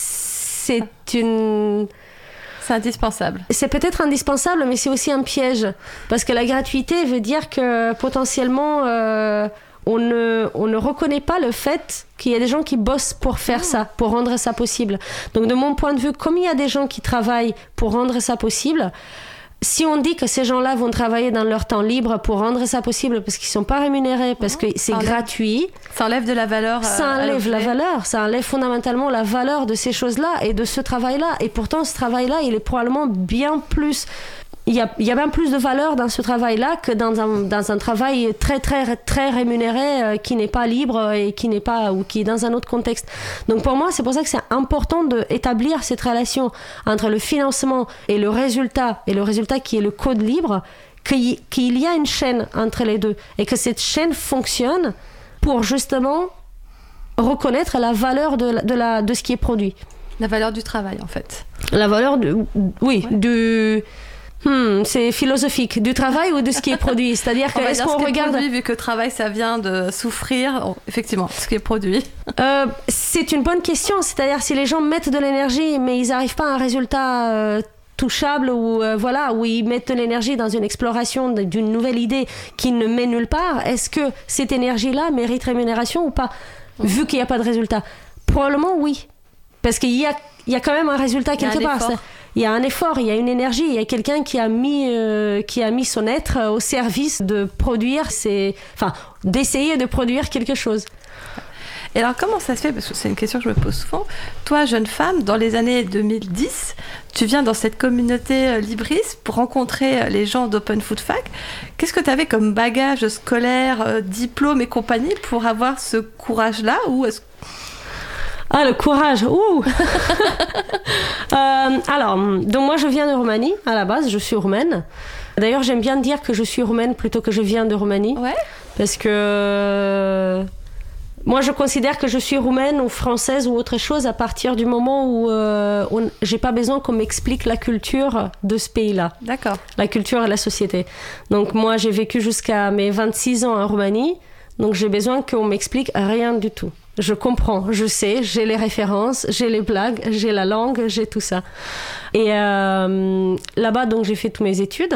c'est une... C'est indispensable. C'est peut-être indispensable, mais c'est aussi un piège. Parce que la gratuité veut dire que potentiellement... Euh, On ne, on ne reconnaît pas le fait qu'il y a des gens qui bossent pour faire ça, pour rendre ça possible. Donc de mon point de vue, comme il y a des gens qui travaillent pour rendre ça possible, si on dit que ces gens-là vont travailler dans leur temps libre pour rendre ça possible parce qu'ils ne sont pas rémunérés, parce que c'est ça gratuit... Ça enlève de la valeur. Ça enlève la valeur, ça enlève fondamentalement la valeur de ces choses-là et de ce travail-là. Et pourtant, ce travail-là, il est probablement bien plus... Il y, a, il y a bien plus de valeur dans ce travail-là que dans un, dans un travail très, très, très rémunéré euh, qui n'est pas libre et qui n'est pas, ou qui est dans un autre contexte. Donc pour moi, c'est pour ça que c'est important d'établir cette relation entre le financement et le résultat, et le résultat qui est le code libre, qu'il, qu'il y a une chaîne entre les deux et que cette chaîne fonctionne pour justement reconnaître la valeur de, de, la, de ce qui est produit. La valeur du travail, en fait. La valeur, de, oui, ouais. du... Hmm, c'est philosophique, du travail ou de ce qui est produit. C'est-à-dire que est-ce qu'on ce regarde, produit, vu que travail ça vient de souffrir, oh, effectivement, ce qui est produit. Euh, c'est une bonne question. C'est-à-dire si les gens mettent de l'énergie, mais ils n'arrivent pas à un résultat euh, touchable ou euh, voilà, où ils mettent de l'énergie dans une exploration d'une nouvelle idée qui ne mène nulle part, est-ce que cette énergie-là mérite rémunération ou pas, mmh. vu qu'il n'y a pas de résultat? Probablement oui, parce qu'il y a, il y a quand même un résultat quelque part. Il y a un effort, il y a une énergie, il y a quelqu'un qui a mis, euh, qui a mis son être au service de produire, ses... enfin, d'essayer de produire quelque chose. Et alors, comment ça se fait? Parce que c'est une question que je me pose souvent. Toi, jeune femme, dans les années deux mille dix, tu viens dans cette communauté euh, libriste pour rencontrer euh, les gens d'Open Food Fac. Qu'est-ce que tu avais comme bagage scolaire, euh, diplôme et compagnie pour avoir ce courage-là? Ou est-ce Ah, le courage, ouh euh, Alors, donc moi je viens de Roumanie, à la base, je suis roumaine. D'ailleurs, j'aime bien dire que je suis roumaine plutôt que je viens de Roumanie. Ouais. Parce que euh, moi je considère que je suis roumaine ou française ou autre chose à partir du moment où euh, on, j'ai pas besoin qu'on m'explique la culture de ce pays-là. D'accord. La culture et la société. Donc moi j'ai vécu jusqu'à mes vingt-six ans en Roumanie, donc j'ai besoin qu'on m'explique rien du tout. Je comprends, je sais, j'ai les références, j'ai les blagues, j'ai la langue, j'ai tout ça. Et euh, là-bas, donc, j'ai fait toutes mes études.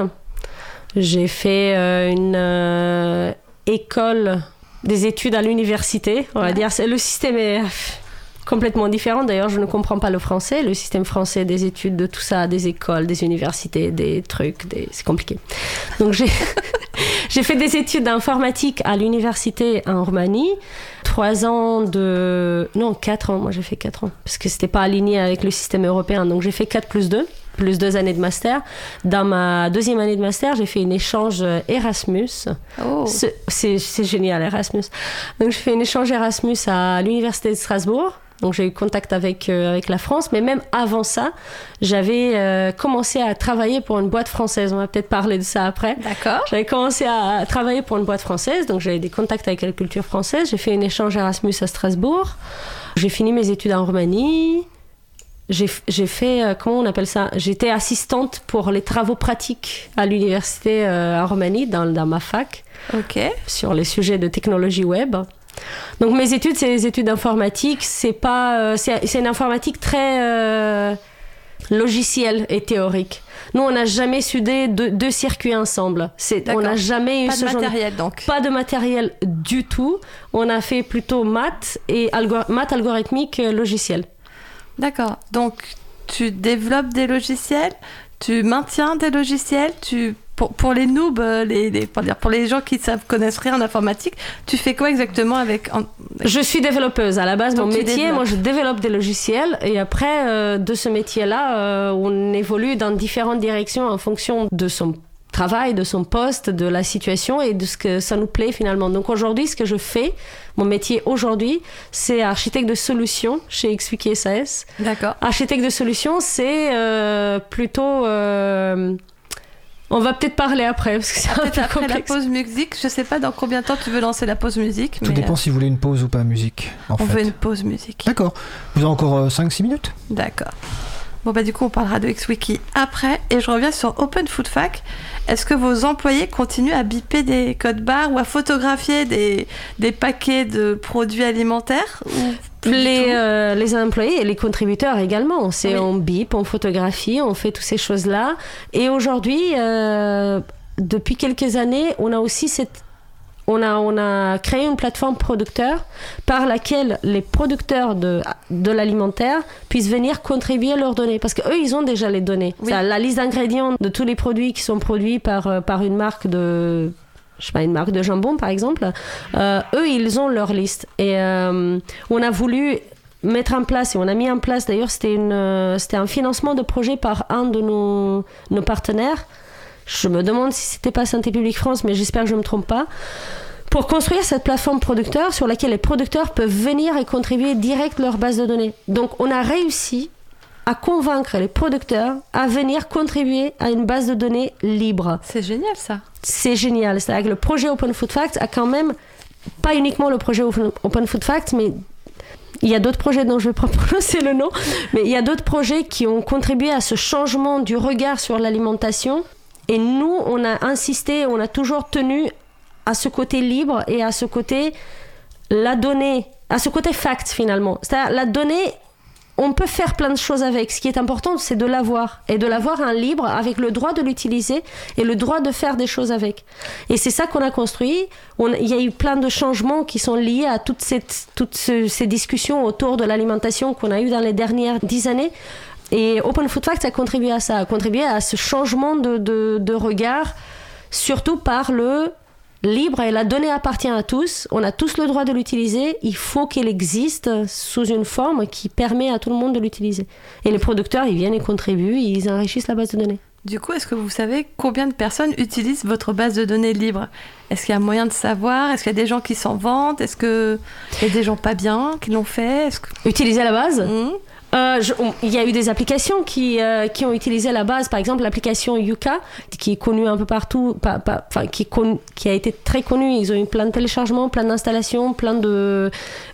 J'ai fait euh, une euh, école, des études à l'université, on va ouais. dire. Le système est complètement différent. D'ailleurs, je ne comprends pas le français. Le système français des études, de tout ça, des écoles, des universités, des trucs, des... c'est compliqué. Donc, j'ai... J'ai fait des études d'informatique à l'université en Roumanie. Trois ans de... Non, quatre ans. Moi, j'ai fait quatre ans. Parce que c'était pas aligné avec le système européen. Donc, j'ai fait quatre plus deux. Plus deux années de master. Dans ma deuxième année de master, j'ai fait un échange Erasmus. Oh. C'est, c'est, c'est génial, Erasmus. Donc, j'ai fait un échange Erasmus à l'université de Strasbourg. Donc j'ai eu contact avec, euh, avec la France, mais même avant ça, j'avais euh, commencé à travailler pour une boîte française. On va peut-être parler de ça après. D'accord. J'avais commencé à travailler pour une boîte française, donc j'avais des contacts avec la culture française. J'ai fait un échange Erasmus à Strasbourg. J'ai fini mes études en Roumanie. J'ai, j'ai fait, euh, comment on appelle ça? J'étais assistante pour les travaux pratiques à l'université euh, en Roumanie, dans, dans ma fac, okay. sur les sujets de technologie web. Donc mes études, c'est des études d'informatique, c'est pas, euh, c'est, c'est une informatique très euh, logicielle et théorique. Nous, on n'a jamais soudé deux, deux circuits ensemble. C'est, on n'a jamais eu pas ce de genre matériel de... donc. Pas de matériel du tout. On a fait plutôt maths et algo- maths algorithmique euh, logiciel. D'accord. Donc tu développes des logiciels, tu maintiens des logiciels, tu Pour, pour les noobs, les, les, pour, dire, pour les gens qui ne connaissent rien en informatique, tu fais quoi exactement avec... En... Je suis développeuse. À la base, donc mon métier, développes. moi, je développe des logiciels. Et après, euh, de ce métier-là, euh, on évolue dans différentes directions en fonction de son travail, de son poste, de la situation et de ce que ça nous plaît finalement. Donc aujourd'hui, ce que je fais, mon métier aujourd'hui, c'est architecte de solutions chez X Wiki S A S. D'accord. Architecte de solutions, c'est euh, plutôt... Euh, On va peut-être parler après, parce que c'est Ah, un peut-être peu après complexe. la pause musique. Je sais pas dans combien de temps tu veux lancer la pause musique. Tout mais, dépend euh, si vous voulez une pause ou pas musique, en on fait. veut une pause musique. D'accord. Vous avez encore euh, cinq six minutes? D'accord. Bon bah du coup on parlera de XWiki après et je reviens sur Open Food Fact. Est-ce que vos employés continuent à biper des codes barres ou à photographier des, des paquets de produits alimentaires ou plus du Les, tout euh, les employés et les contributeurs également. C'est Oui. on bip, on photographie, on fait toutes ces choses-là. Et aujourd'hui, euh, depuis quelques années, on a aussi cette On a, on a créé une plateforme producteur par laquelle les producteurs de, de l'alimentaire puissent venir contribuer leurs données. Parce qu'eux, ils ont déjà les données. Oui. Ça, la liste d'ingrédients de tous les produits qui sont produits par, euh, par une marque de... Je sais pas, une marque de jambon, par exemple. Euh, eux, ils ont leur liste. Et euh, on a voulu mettre en place, et on a mis en place, d'ailleurs, c'était, une, euh, c'était un financement de projet par un de nos, nos partenaires. Je me demande si c'était pas Santé publique France, mais j'espère que je ne me trompe pas. Pour construire cette plateforme producteur sur laquelle les producteurs peuvent venir et contribuer direct leur base de données. Donc on a réussi à convaincre les producteurs à venir contribuer à une base de données libre. C'est génial ça. C'est génial. C'est-à-dire que le projet Open Food Fact a quand même, pas uniquement le projet Open Open Food Fact, mais il y a d'autres projets dont je ne vais pas prononcer le nom, mais il y a d'autres projets qui ont contribué à ce changement du regard sur l'alimentation. Et nous, on a insisté, on a toujours tenu à ce côté libre et à ce côté la donnée, à ce côté fact finalement. C'est-à-dire la donnée, on peut faire plein de choses avec. Ce qui est important, c'est de l'avoir. Et de l'avoir en libre avec le droit de l'utiliser et le droit de faire des choses avec. Et c'est ça qu'on a construit. On, il y a eu plein de changements qui sont liés à toutes, cette, toutes ce, ces discussions autour de l'alimentation qu'on a eues dans les dernières dix années. Et Open Food Fact a contribué à ça, a contribué à ce changement de, de, de regard, surtout par le libre et la donnée appartient à tous. On a tous le droit de l'utiliser. Il faut qu'elle existe sous une forme qui permet à tout le monde de l'utiliser. Et les producteurs, ils viennent et contribuent, ils enrichissent la base de données. Du coup, est-ce que vous savez combien de personnes utilisent votre base de données libre ? Est-ce qu'il y a moyen de savoir ? Est-ce qu'il y a des gens qui s'en vantent ? Est-ce qu'il y a des gens pas bien qui l'ont fait ? Est-ce que... Utiliser la base ? Mmh. Euh, je, on, il y a eu des applications qui, euh, qui ont utilisé la base, par exemple l'application Yuka, qui est connue un peu partout, pas, pas, enfin, qui, est con, qui a été très connue. Ils ont eu plein de téléchargements, plein d'installations, plein de,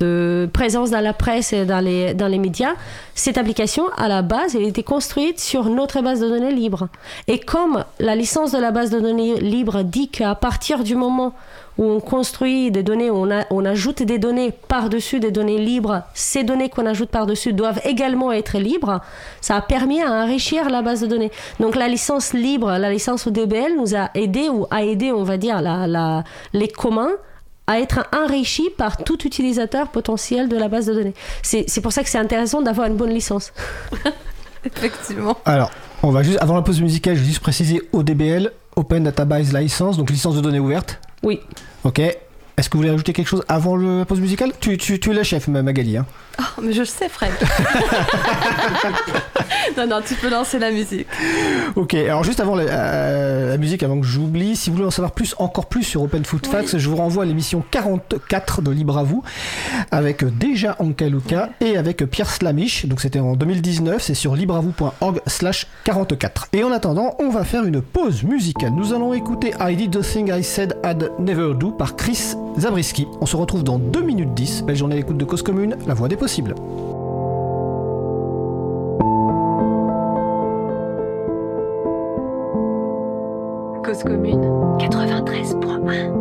de présence dans la presse et dans les, dans les médias. Cette application, à la base, elle a été construite sur notre base de données libre. Et comme la licence de la base de données libre dit qu'à partir du moment où on construit des données, où on, a, on ajoute des données par-dessus des données libres, ces données qu'on ajoute par-dessus doivent également être libres, ça a permis à enrichir la base de données. Donc la licence libre, la licence O D B L nous a aidé, ou a aidé, on va dire, la, la, les communs à être enrichis par tout utilisateur potentiel de la base de données. C'est, c'est pour ça que c'est intéressant d'avoir une bonne licence. Effectivement. Alors, on va juste, avant la pause musicale, je vais juste préciser O D B L, Open Database License, donc licence de données ouverte. Oui. Ok. Est-ce que vous voulez ajouter quelque chose avant le, la pause musicale ? tu, tu, tu es la chef, Magali. Hein. Oh, mais je le sais, Fred. non, non, tu peux lancer la musique. Ok, alors juste avant la, euh, la musique, avant que j'oublie, si vous voulez en savoir plus, encore plus sur Open Food Facts, oui. Je vous renvoie à l'émission quarante-quatre de Libre à vous, avec déjà Anka Luka oui. et avec Pierre Slamish. Donc c'était en deux mille dix-neuf, c'est sur libreavou.org slash quarante-quatre. Et en attendant, on va faire une pause musicale. Nous allons écouter I Did the Thing I Said I'd Never Do par Chris Zabriskie. On se retrouve dans deux minutes dix. Belle journée à l'écoute de Cause Commune, la voix des possibles. Cause Commune quatre-vingt-treize point un.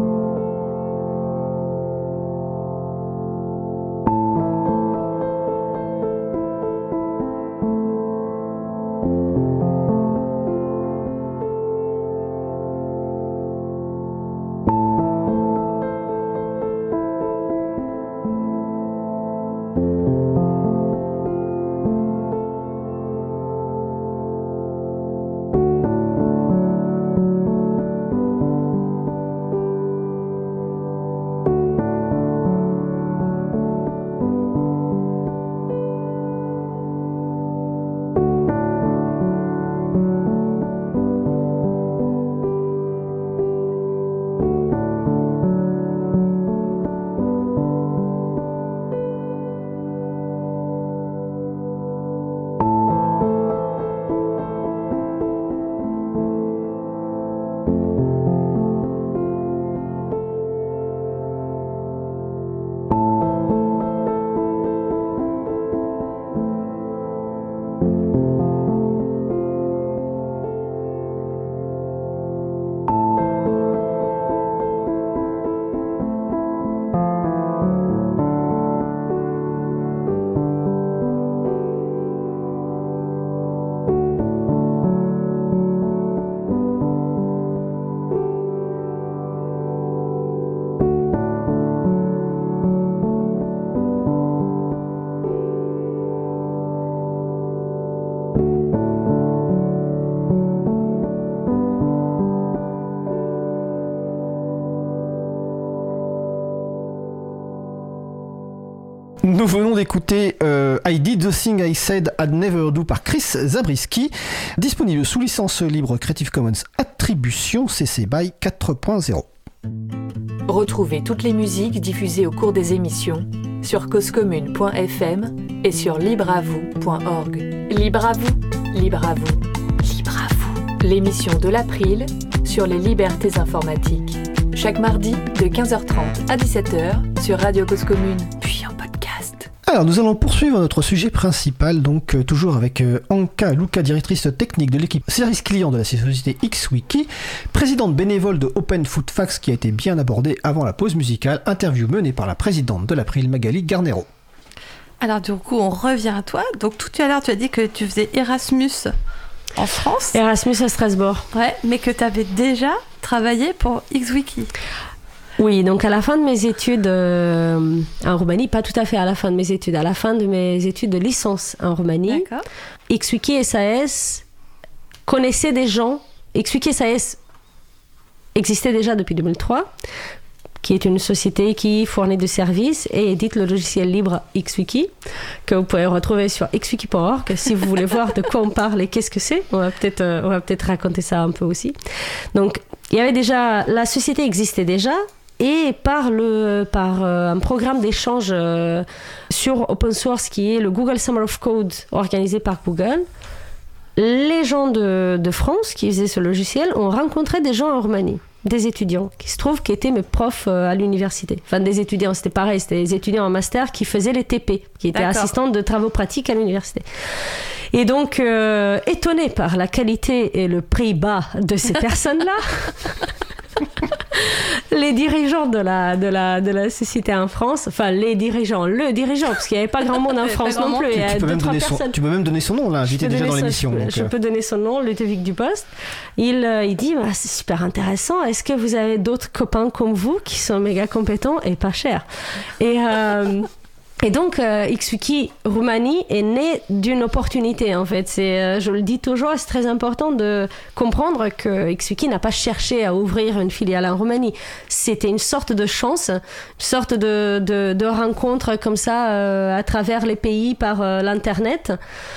Nous venons d'écouter euh, I Did the Thing I Said I'd Never Do par Chris Zabriskie, disponible sous licence libre Creative Commons Attribution C C BY quatre point zéro. Retrouvez toutes les musiques diffusées au cours des émissions sur causecommune point f m et sur libre à vous point org. Libre à vous, libre à vous, libre à vous. L'émission de l'April sur les libertés informatiques. Chaque mardi de quinze heures trente à dix-sept heures sur Radio Cause Commune, puis en podcast. Alors nous allons poursuivre notre sujet principal, donc euh, toujours avec euh, Anka Luka, directrice technique de l'équipe service client de la société XWiki, présidente bénévole de Open Food Facts qui a été bien abordée avant la pause musicale, interview menée par la présidente de l'April, Magali Garnero. Alors du coup on revient à toi, donc tout à l'heure tu as dit que tu faisais Erasmus en France. Erasmus à Strasbourg. Ouais, mais que tu avais déjà travaillé pour XWiki. Oui, donc à la fin de mes études euh, en Roumanie, pas tout à fait à la fin de mes études, à la fin de mes études de licence en Roumanie, D'accord. XWiki S A S connaissait des gens. XWiki S A S existait déjà depuis deux mille trois, qui est une société qui fournit des services et édite le logiciel libre XWiki, que vous pouvez retrouver sur x wiki point org si vous voulez voir de quoi on parle et qu'est-ce que c'est. On va peut-être, euh, on va peut-être raconter ça un peu aussi. Donc, il y avait déjà, la société existait déjà, et par, le, par euh, un programme d'échange euh, sur open source qui est le Google Summer of Code organisé par Google, les gens de, de France qui faisaient ce logiciel ont rencontré des gens en Roumanie, des étudiants qui se trouvent qui étaient mes profs euh, à l'université. Enfin, des étudiants, c'était pareil, c'était des étudiants en master qui faisaient les T P, qui étaient D'accord. assistantes de travaux pratiques à l'université. Et donc, euh, étonnés par la qualité et le prix bas de ces personnes-là, les dirigeants de la, de, la, de la société en France, enfin les dirigeants, le dirigeant, parce qu'il n'y avait pas grand monde en France non plus. Tu, Il y a tu, peux deux, même trois donner son, personnes. tu peux même donner son nom, là, invité déjà dans son- l'émission. Je, donc, je euh. peux donner son nom, Ludovic Dupost. Il, euh, il dit, bah, c'est super intéressant. Est-ce que vous avez d'autres copains comme vous qui sont méga compétents et pas chers? Et, euh, et donc, euh, XWiki Roumanie est né d'une opportunité, en fait. C'est, euh, je le dis toujours, c'est très important de comprendre que XWiki n'a pas cherché à ouvrir une filiale en Roumanie. C'était une sorte de chance, une sorte de, de, de rencontre comme ça euh, à travers les pays par euh, l'Internet.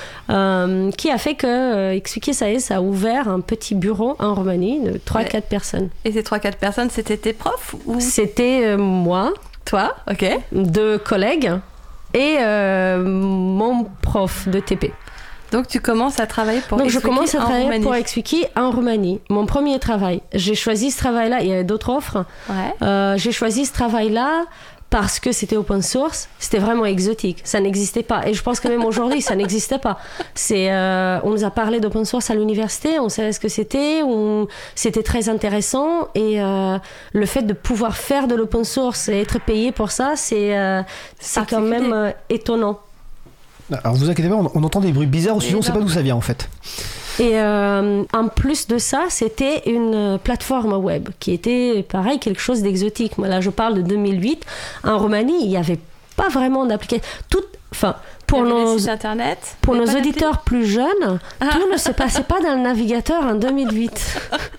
Euh, qui a fait que euh, XWiki S A S a ouvert un petit bureau en Roumanie de trois à quatre Ouais. personnes. Et ces trois quatre personnes, c'était tes profs ou C'était euh, moi, toi? Ok. deux collègues et euh, mon prof de T P. Donc tu commences à travailler pour Donc je XWiki commence à en travailler Roumanie. pour XWiki en Roumanie. Mon premier travail. J'ai choisi ce travail-là, il y avait d'autres offres. Ouais. Euh, j'ai choisi ce travail-là parce que c'était open source, c'était vraiment exotique, ça n'existait pas. Et je pense que même aujourd'hui, ça n'existait pas. C'est, euh, on nous a parlé d'open source à l'université, on savait ce que c'était, on, c'était très intéressant. Et euh, le fait de pouvoir faire de l'open source et être payé pour ça, c'est, euh, c'est quand particulier. même euh, étonnant. Alors vous inquiétez pas, on, on entend des bruits bizarres, ou sinon on Et sait pas d'où ça vient en fait. Et euh, en plus de ça, c'était une plateforme web qui était, pareil, quelque chose d'exotique. Moi, là, je parle de deux mille huit. En Roumanie, il n'y avait pas vraiment d'application. Tout, enfin, pour Il y avait nos, des sites internet. pour mais nos pas d'appli. auditeurs plus jeunes, Ah. tout ne se passait pas dans le navigateur en deux mille huit.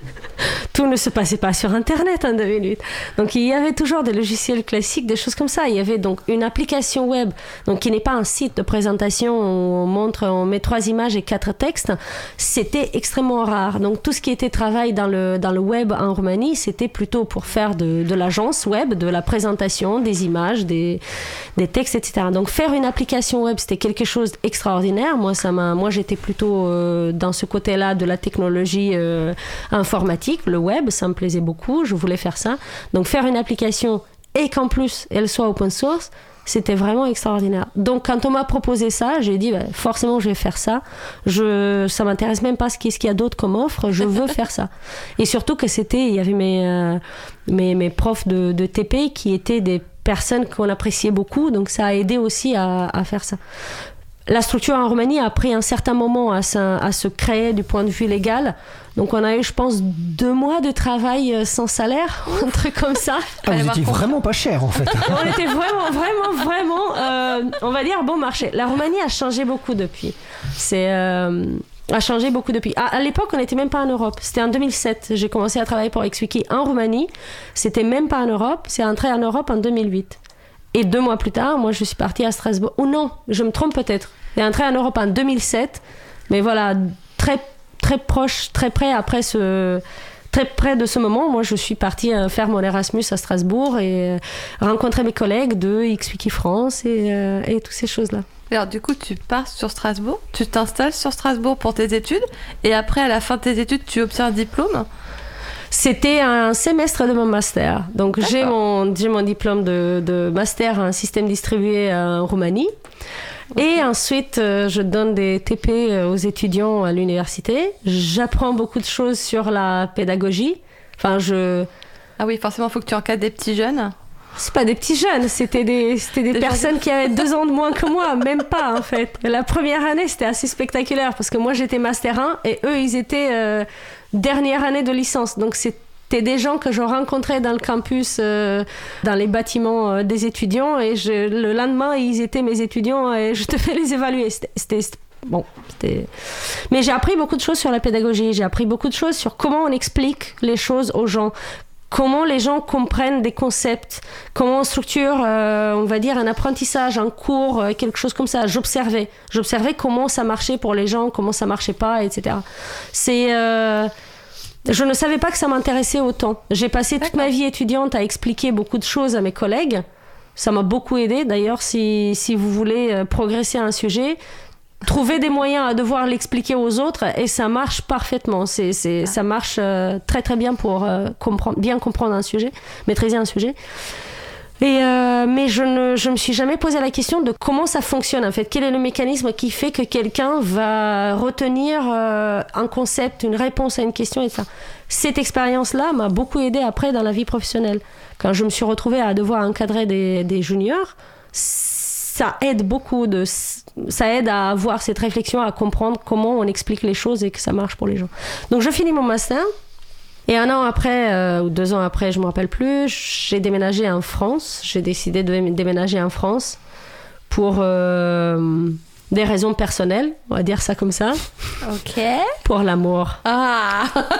Tout ne se passait pas sur Internet en deux mille huit. Donc, il y avait toujours des logiciels classiques, des choses comme ça. Il y avait donc une application web, donc qui n'est pas un site de présentation où on montre, on met trois images et quatre textes. C'était extrêmement rare. Donc, tout ce qui était travail dans le, dans le web en Roumanie, c'était plutôt pour faire de, de l'agence web, de la présentation, des images, des, des textes, et cetera. Donc, faire une application web, c'était quelque chose d'extraordinaire. Moi, ça m'a, moi, j'étais plutôt euh, dans ce côté-là de la technologie euh, informatique, le web, ça me plaisait beaucoup, je voulais faire ça. Donc faire une application et qu'en plus elle soit open source, c'était vraiment extraordinaire. Donc quand on m'a proposé ça, j'ai dit bah, forcément je vais faire ça. Je, ça m'intéresse même pas ce qu'il y a d'autre comme offre, je veux faire ça. Et surtout que c'était, il y avait mes, euh, mes, mes profs de, de T P qui étaient des personnes qu'on appréciait beaucoup, donc ça a aidé aussi à, à faire ça. La structure en Roumanie a pris un certain moment à se, à se créer du point de vue légal. Donc on a eu, je pense, deux mois de travail sans salaire, un truc comme ça. Ah, vous étiez vraiment pas cher en fait. On était vraiment, vraiment, vraiment, euh, on va dire, bon marché. La Roumanie a changé beaucoup depuis. C'est... Euh, a changé beaucoup depuis. À, à l'époque, on n'était même pas en Europe. C'était en deux mille sept. J'ai commencé à travailler pour XWiki en Roumanie. C'était même pas en Europe. C'est entré en Europe en deux mille huit. Et deux mois plus tard, moi, je suis partie à Strasbourg. Ou non, je me trompe peut-être. J'ai entré en Europe en deux mille sept. Mais voilà, très, très proche, très près après ce... Très près de ce moment, moi, je suis partie faire mon Erasmus à Strasbourg et rencontrer mes collègues de XWiki France et, euh, et toutes ces choses-là. Alors du coup, tu pars sur Strasbourg, tu t'installes sur Strasbourg pour tes études et après, à la fin de tes études, tu obtiens un diplôme ? C'était un semestre de mon master. Donc j'ai mon, j'ai mon diplôme de, de master en système distribué en Roumanie. Okay. Et ensuite, euh, je donne des T P aux étudiants à l'université. J'apprends beaucoup de choses sur la pédagogie. Enfin, je... Ah oui, forcément, il faut que tu encadres des petits jeunes. C'est pas des petits jeunes, c'était des, c'était des, des personnes qui avaient deux ans de moins que moi, même pas en fait. La première année, c'était assez spectaculaire parce que moi, j'étais Master un et eux, ils étaient euh, dernière année de licence. Donc, c'est C'était des gens que je rencontrais dans le campus, euh, dans les bâtiments euh, des étudiants. Et je, le lendemain, ils étaient mes étudiants et je devais les évaluer. C'était, c'était, c'était, bon, c'était... Mais j'ai appris beaucoup de choses sur la pédagogie. J'ai appris beaucoup de choses sur comment on explique les choses aux gens. Comment les gens comprennent des concepts. Comment on structure, euh, on va dire, un apprentissage, un cours, euh, quelque chose comme ça. J'observais. J'observais comment ça marchait pour les gens, comment ça marchait pas, et cetera. C'est... Euh, Je ne savais pas que ça m'intéressait autant. J'ai passé toute ma vie étudiante à expliquer beaucoup de choses à mes collègues. Ça m'a beaucoup aidé. D'ailleurs, si, si vous voulez progresser à un sujet, trouvez des moyens à devoir l'expliquer aux autres et ça marche parfaitement. C'est, c'est, ça marche euh, très très bien pour euh, comprendre, bien comprendre un sujet, maîtriser un sujet. Et euh, mais je ne je me suis jamais posé la question de comment ça fonctionne en fait. Quel est le mécanisme qui fait que quelqu'un va retenir euh, un concept, une réponse à une question et ça. Cette expérience-là m'a beaucoup aidé après dans la vie professionnelle. Quand je me suis retrouvée à devoir encadrer des, des juniors, ça aide beaucoup de ça aide à avoir cette réflexion, à comprendre comment on explique les choses et que ça marche pour les gens. Donc je finis mon master. Et un an après, euh, ou deux ans après, je ne me rappelle plus, j'ai déménagé en France. J'ai décidé de déménager en France pour euh, des raisons personnelles, on va dire ça comme ça. Ok. Pour l'amour. Ah.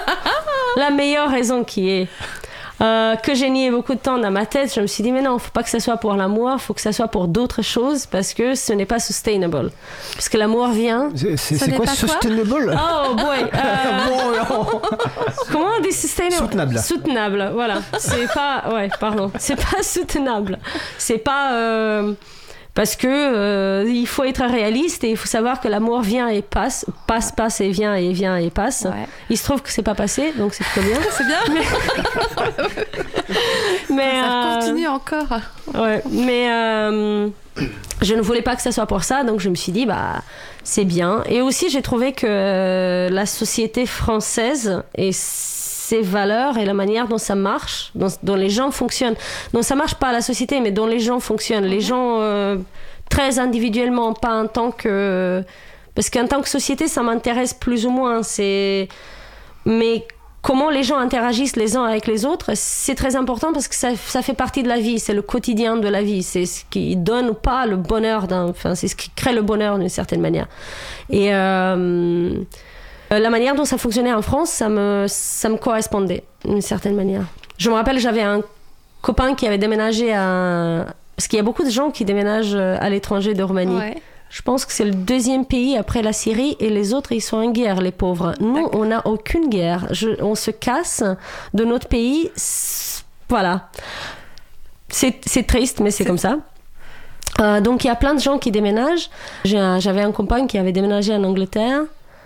La meilleure raison qui est euh, que j'ai nié beaucoup de temps dans ma tête. Je me suis dit, mais non, il ne faut pas que ça soit pour l'amour, il faut que ça soit pour d'autres choses parce que ce n'est pas sustainable. Parce que l'amour vient... C'est, c'est, c'est quoi sustainable? Oh boy euh... bon, comment on dit sustainable? Soutenable. Soutenable, voilà. C'est pas... Ouais, pardon. C'est pas soutenable. C'est pas... Euh... Parce que euh, il faut être réaliste et il faut savoir que l'amour vient et passe, passe, passe et vient et vient et passe. Ouais. Il se trouve que c'est pas passé, donc c'est trop bien. C'est bien. Mais, mais ça euh... continue encore. Ouais, mais euh... je ne voulais pas que ça soit pour ça, donc je me suis dit bah c'est bien. Et aussi j'ai trouvé que la société française et ses valeurs et la manière dont ça marche, dont, dont les gens fonctionnent. Dont ça marche pas à la société, mais dont les gens fonctionnent. Les gens, euh, très individuellement, pas en tant que... Parce qu'en tant que société, ça m'intéresse plus ou moins. C'est... Mais comment les gens interagissent les uns avec les autres, c'est très important parce que ça, ça fait partie de la vie. C'est le quotidien de la vie. C'est ce qui donne ou pas le bonheur. D'un... Enfin, c'est ce qui crée le bonheur d'une certaine manière. Et... Euh... La manière dont ça fonctionnait en France, ça me, ça me correspondait d'une certaine manière. Je me rappelle, j'avais un copain qui avait déménagé à... Parce qu'il y a beaucoup de gens qui déménagent à l'étranger de Roumanie. Ouais. Je pense que c'est le deuxième pays après la Syrie et les autres, ils sont en guerre, les pauvres. Nous, D'accord. on n'a aucune guerre. Je, on se casse de notre pays. Voilà. C'est, c'est triste, mais c'est, c'est... comme ça. Euh, donc, il y a plein de gens qui déménagent. J'ai un, j'avais un copain qui avait déménagé en Angleterre.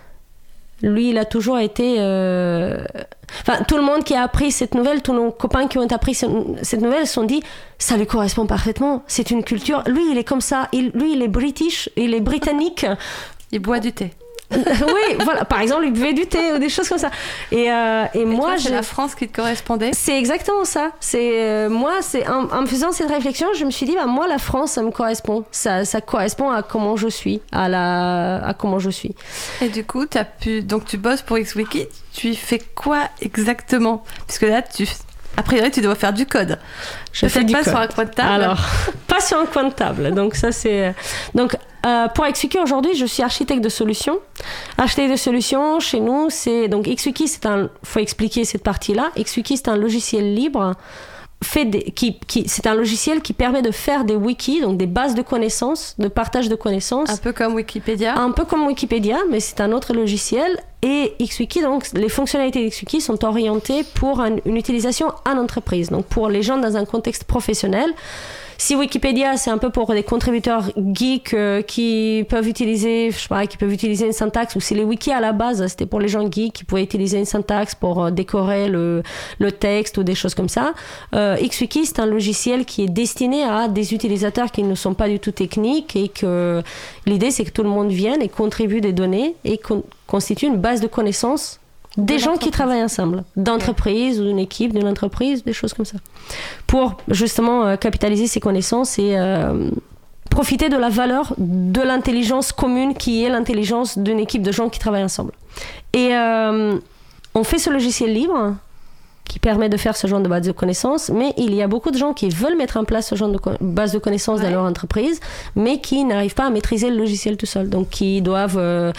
Lui, il a toujours été... Euh... Enfin, tout le monde qui a appris cette nouvelle, tous nos copains qui ont appris cette nouvelle se sont dit « ça lui correspond parfaitement, c'est une culture... » Lui, il est comme ça. Il, lui, il est british, il est britannique. Il boit du thé. Oui, voilà. Par exemple, il buvait du thé ou des choses comme ça. Et, euh, et, et moi, toi, c'est j'ai... la France qui te correspondait. C'est exactement ça. C'est euh, moi, c'est en, en me faisant cette réflexion, je me suis dit, bah moi, la France, ça me correspond. Ça, ça correspond à comment je suis, à la, à comment je suis. Et du coup, t'as pu, donc tu bosses pour XWiki. Tu y fais quoi exactement? Puisque là, tu a priori, tu dois faire du code. Je ne fais pas code. Sur un coin de table. Alors, pas sur un coin de table. Donc ça, c'est donc. Euh, pour XWiki aujourd'hui, je suis architecte de solutions. Architecte de solutions, chez nous, c'est donc XWiki, c'est un. Faut expliquer cette partie-là. XWiki, c'est un logiciel libre fait des, qui, qui, c'est un logiciel qui permet de faire des wikis, donc des bases de connaissances, de partage de connaissances. Un peu comme Wikipédia. Un peu comme Wikipédia, mais c'est un autre logiciel. Et XWiki, donc, les fonctionnalités d'XWiki sont orientées pour un, une utilisation en entreprise, donc pour les gens dans un contexte professionnel. Si Wikipédia, c'est un peu pour des contributeurs geeks euh, qui peuvent utiliser, je sais pas, qui peuvent utiliser une syntaxe, ou si les wikis à la base, c'était pour les gens geeks qui pouvaient utiliser une syntaxe pour euh, décorer le, le texte ou des choses comme ça. Euh, XWiki, c'est un logiciel qui est destiné à des utilisateurs qui ne sont pas du tout techniques et que l'idée, c'est que tout le monde vienne et contribue des données et con- constitue une base de connaissances des gens qui travaillent ensemble, d'entreprise ou d'une équipe, d'une entreprise, des choses comme ça, pour justement euh, capitaliser ces connaissances et euh, profiter de la valeur de l'intelligence commune qui est l'intelligence d'une équipe de gens qui travaillent ensemble. Et euh, on fait ce logiciel libre qui permet de faire ce genre de base de connaissances, mais il y a beaucoup de gens qui veulent mettre en place ce genre de co- base de connaissances ouais. dans leur entreprise, mais qui n'arrivent pas à maîtriser le logiciel tout seul. Donc, qui doivent, euh,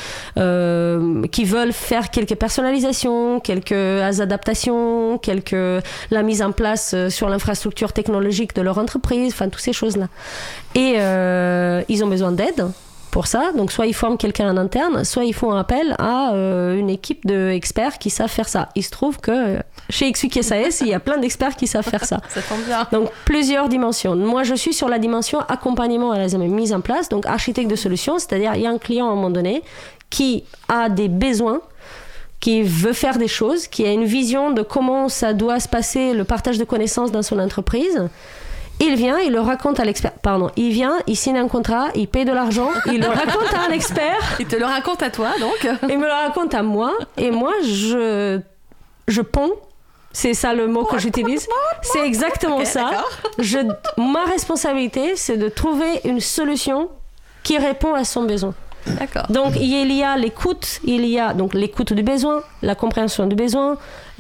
euh, qui veulent faire quelques personnalisations, quelques adaptations, quelques la mise en place sur l'infrastructure technologique de leur entreprise, enfin, toutes ces choses-là. Et euh, ils ont besoin d'aide pour ça, donc soit ils forment quelqu'un en interne, soit ils font appel à euh, une équipe d'experts qui savent faire ça. Il se trouve que chez XWiki S A S, il y a plein d'experts qui savent faire ça. Ça tombe bien. Donc plusieurs dimensions. Moi, je suis sur la dimension accompagnement à la mise en place, donc architecte de solutions, c'est-à-dire il y a un client à un moment donné qui a des besoins, qui veut faire des choses, qui a une vision de comment ça doit se passer, le partage de connaissances dans son entreprise. Il vient, il le raconte à l'expert. Pardon, il vient, il signe un contrat, il paye de l'argent, il le raconte à un expert. Il te le raconte à toi, donc. Il me le raconte à moi, et moi, je, je ponds. C'est ça le mot que j'utilise. C'est exactement okay, ça. Je, ma responsabilité, c'est de trouver une solution qui répond à son besoin. D'accord. Donc il y a l'écoute, il y a donc l'écoute du besoin, la compréhension du besoin,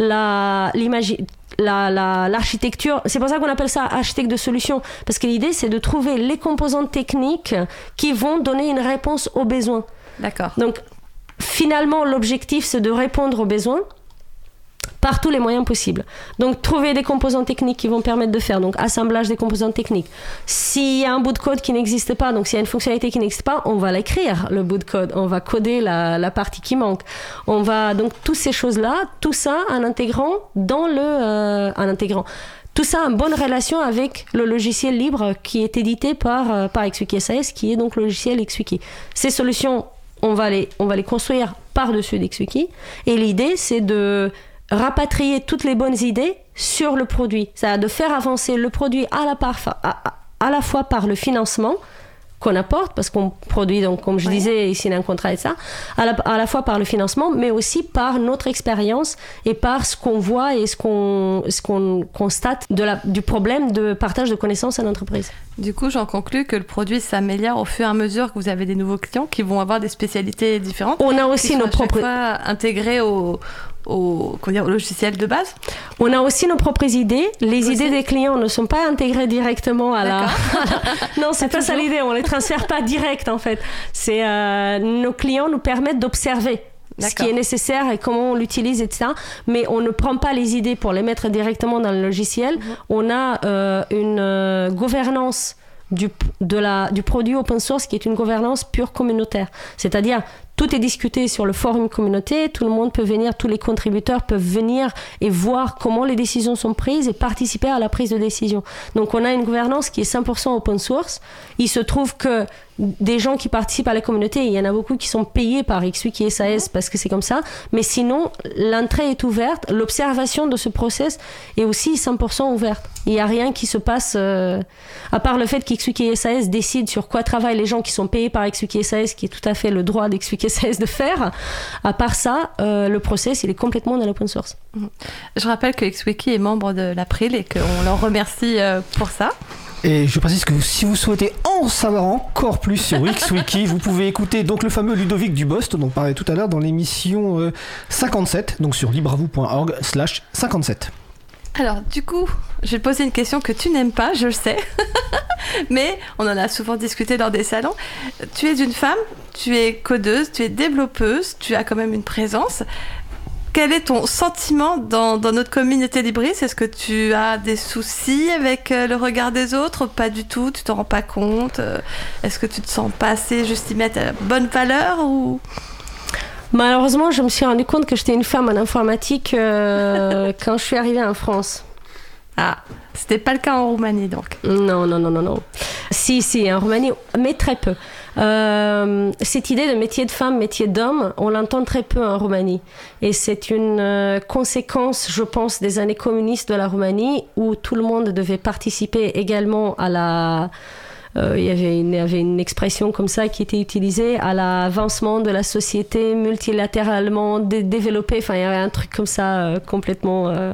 la l'imagi- La, la, l'architecture, c'est pour ça qu'on appelle ça architecte de solution, parce que l'idée c'est de trouver les composantes techniques qui vont donner une réponse aux besoins. D'accord. Donc finalement l'objectif c'est de répondre aux besoins par tous les moyens possibles. Donc trouver des composants techniques qui vont permettre de faire donc assemblage des composants techniques. S'il y a un bout de code qui n'existe pas, donc s'il y a une fonctionnalité qui n'existe pas, on va l'écrire, le bout de code, on va coder la, la partie qui manque. On va donc toutes ces choses-là, tout ça en intégrant dans le euh, en intégrant tout ça en bonne relation avec le logiciel libre qui est édité par euh, par XWiki S A S, qui est donc le logiciel XWiki. Ces solutions, on va les on va les construire par-dessus d'XWiki, et l'idée c'est de rapatrier toutes les bonnes idées sur le produit. C'est-à-dire de faire avancer le produit à la, par, à, à la fois par le financement qu'on apporte, parce qu'on produit, donc, comme je ouais. disais, ici, un contrat et ça, à la, à la fois par le financement, mais aussi par notre expérience et par ce qu'on voit et ce qu'on, ce qu'on constate de la, du problème de partage de connaissances à l'entreprise. Du coup, j'en conclus que le produit s'améliore au fur et à mesure que vous avez des nouveaux clients qui vont avoir des spécialités différentes. On a aussi nos propres... intégrés au... Au, comment dire, au logiciel de base. On a aussi nos propres idées. Les aussi. idées des clients ne sont pas intégrées directement à la... non, c'est pas, pas ça l'idée. On les transfère pas direct, en fait. C'est, euh, nos clients nous permettent d'observer D'accord. ce qui est nécessaire et comment on l'utilise, et cetera. Mais on ne prend pas les idées pour les mettre directement dans le logiciel. Mm-hmm. On a euh, une euh, gouvernance du, de la, du produit open source qui est une gouvernance pure communautaire. C'est-à-dire, tout est discuté sur le forum communauté, tout le monde peut venir, tous les contributeurs peuvent venir et voir comment les décisions sont prises et participer à la prise de décision. Donc on a une gouvernance qui est cent pour cent open source. Il se trouve que des gens qui participent à la communauté, il y en a beaucoup qui sont payés par XWiki S A S parce que c'est comme ça, mais sinon l'entrée est ouverte, l'observation de ce process est aussi cent pour cent ouverte. Il n'y a rien qui se passe, euh, à part le fait qu'XWiki S A S décide sur quoi travaillent les gens qui sont payés par XWiki S A S, qui est tout à fait le droit d'XWiki S A S de faire. À part ça, euh, le process il est complètement dans l'open source. Je rappelle que XWiki est membre de l'April et qu'on leur remercie euh, pour ça. Et je précise que si vous souhaitez en savoir encore plus sur XWiki, vous pouvez écouter donc le fameux Ludovic Dubost, dont on parlait tout à l'heure dans l'émission euh, cinquante-sept, donc sur libravou point org slash cinquante-sept. Alors, du coup, je vais te poser une question que tu n'aimes pas, je le sais, mais on en a souvent discuté lors des salons. Tu es une femme, tu es codeuse, tu es développeuse, tu as quand même une présence. quel est ton sentiment dans, dans notre communauté libriste ? Est-ce que tu as des soucis avec le regard des autres ? Pas du tout, tu t'en rends pas compte ? Est-ce que tu te sens pas assez juste y mettre à bonne valeur ou... Malheureusement, je me suis rendu compte que j'étais une femme en informatique euh, quand je suis arrivée en France. Ah, c'était pas le cas en Roumanie donc. Non, non, non, non, non. Si, si, en Roumanie, mais très peu. Euh, cette idée de métier de femme, métier d'homme, on l'entend très peu en Roumanie. Et c'est une euh, conséquence, je pense, des années communistes de la Roumanie où tout le monde devait participer également à la... Euh, il, y avait une, il y avait une expression comme ça qui était utilisée à l'avancement de la société multilatéralement dé- développée. Enfin, il y avait un truc comme ça euh, complètement euh,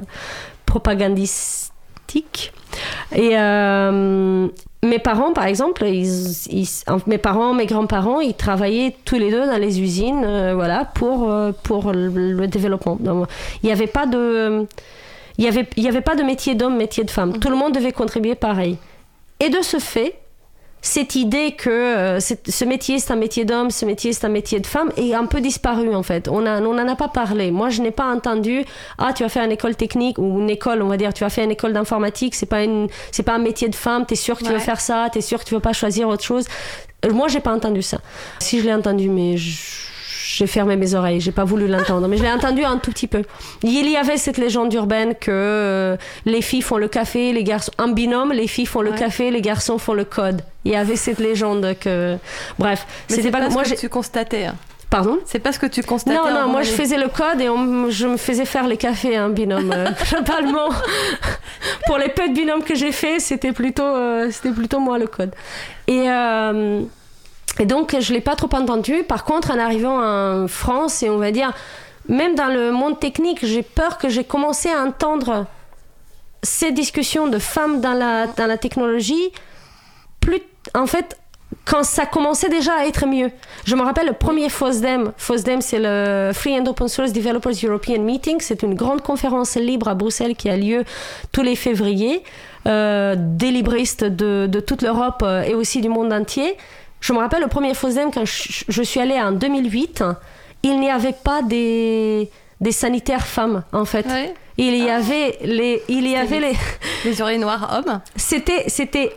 propagandistique. Et euh, mes parents, par exemple, ils, ils, mes parents, mes grands-parents, ils travaillaient tous les deux dans les usines, euh, voilà, pour euh, pour le, le développement. Donc, il n'y avait pas de, il y avait, il y avait pas de métier d'homme, métier de femme. Tout le monde devait contribuer pareil. Et de ce fait, cette idée que euh, ce métier c'est un métier d'homme, ce métier c'est un métier de femme est un peu disparu en fait. On a, on n'en a pas parlé. Moi je n'ai pas entendu ah tu vas faire une école technique ou une école on va dire tu vas faire une école d'informatique c'est pas une c'est pas un métier de femme. T'es sûr que tu ouais. veux faire ça? T'es sûr que tu veux pas choisir autre chose? Moi j'ai pas entendu ça. Si je l'ai entendu mais je... j'ai fermé mes oreilles, j'ai pas voulu l'entendre, mais je l'ai entendu un tout petit peu. Il y avait cette légende urbaine que euh, les filles font le café, les garçons en binôme, les filles font le ouais. café, les garçons font le code. Il y avait cette légende que, bref, mais c'était c'est pas, pas ce moi que j'ai... tu constatais. Pardon ? C'est pas ce que tu constatais. Non, non, moi je faisais le code et on, je me faisais faire les cafés en binôme. Euh, globalement, pour les peu de binômes que j'ai fait, c'était plutôt, euh, c'était plutôt moi le code. Et euh, Et donc, je ne l'ai pas trop entendu. Par contre, en arrivant en France, et on va dire, même dans le monde technique, j'ai peur que j'ai commencé à entendre ces discussions de femmes dans la, dans la technologie, plus, en fait, quand ça commençait déjà à être mieux. Je me rappelle le premier FOSDEM. FOSDEM, c'est le Free and Open Source Developers European Meeting. C'est une grande conférence libre à Bruxelles qui a lieu tous les février, euh, des libristes de, de toute l'Europe et aussi du monde entier. Je me rappelle le premier FOSDEM quand je, je suis allée en deux mille huit, il n'y avait pas des, des sanitaires femmes en fait. Oui. Il y ah. avait les, il y avait les, les urinoirs hommes. C'était, c'était,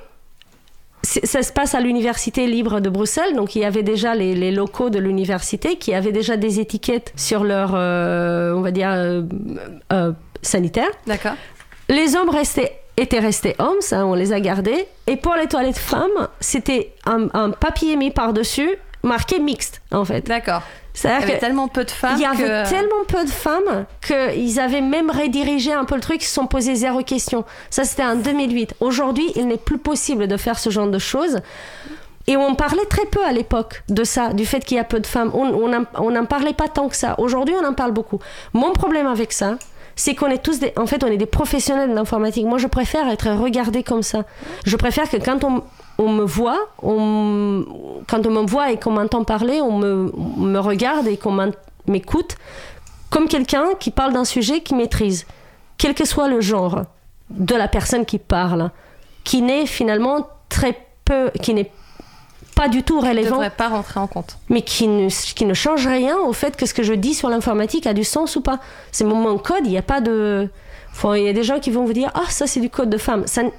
ça se passe à l'université libre de Bruxelles, donc il y avait déjà les, les locaux de l'université qui avaient déjà des étiquettes sur leur, euh, on va dire, euh, euh, sanitaire. D'accord. Les hommes restaient étaient restés hommes, ça, on les a gardés. Et pour les toilettes femmes, c'était un, un papier mis par-dessus, marqué mixte, en fait. D'accord. C'est-à-dire il y avait tellement peu de femmes. Il y que... avait tellement peu de femmes qu'ils avaient même redirigé un peu le truc, ils se sont posés zéro question. Ça, c'était en deux mille huit. Aujourd'hui, il n'est plus possible de faire ce genre de choses. Et on parlait très peu à l'époque de ça, du fait qu'il y a peu de femmes. On n'en parlait pas tant que ça. Aujourd'hui, on en parle beaucoup. Mon problème avec ça, c'est qu'on est tous des, en fait, on est des professionnels d'informatique. Moi, je préfère être regardée comme ça. Je préfère que quand on, on me voit, on, quand on me voit et qu'on m'entend parler, on me, on me regarde et qu'on m'écoute comme quelqu'un qui parle d'un sujet qu'il maîtrise, quel que soit le genre de la personne qui parle, qui n'est finalement très peu, qui n'est pas du tout relevant. Ne devrait pas rentrer en compte. Mais qui ne, qui ne change rien au fait que ce que je dis sur l'informatique a du sens ou pas. C'est mon, mon code, il n'y a pas de... Enfin, il y a des gens qui vont vous dire « Ah, ça c'est du code de femme ». Ça,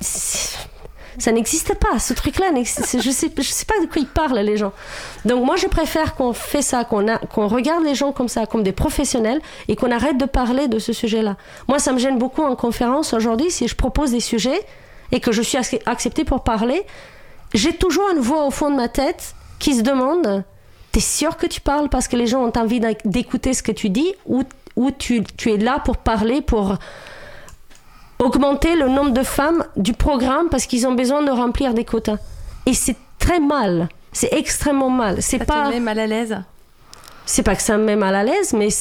ça n'existe pas, ce truc-là. Je ne sais, je sais pas de quoi ils parlent, les gens. Donc moi, je préfère qu'on fait ça, qu'on, a, qu'on regarde les gens comme ça, comme des professionnels, et qu'on arrête de parler de ce sujet-là. Moi, ça me gêne beaucoup en conférence aujourd'hui, si je propose des sujets et que je suis acceptée pour parler, j'ai toujours une voix au fond de ma tête qui se demande « T'es sûr que tu parles parce que les gens ont envie d'écouter ce que tu dis ou, ou tu, tu es là pour parler, pour augmenter le nombre de femmes du programme parce qu'ils ont besoin de remplir des quotas ?» Et c'est très mal, c'est extrêmement mal. C'est ça pas... te met mal à l'aise ? C'est pas que ça me met mal à l'aise, mais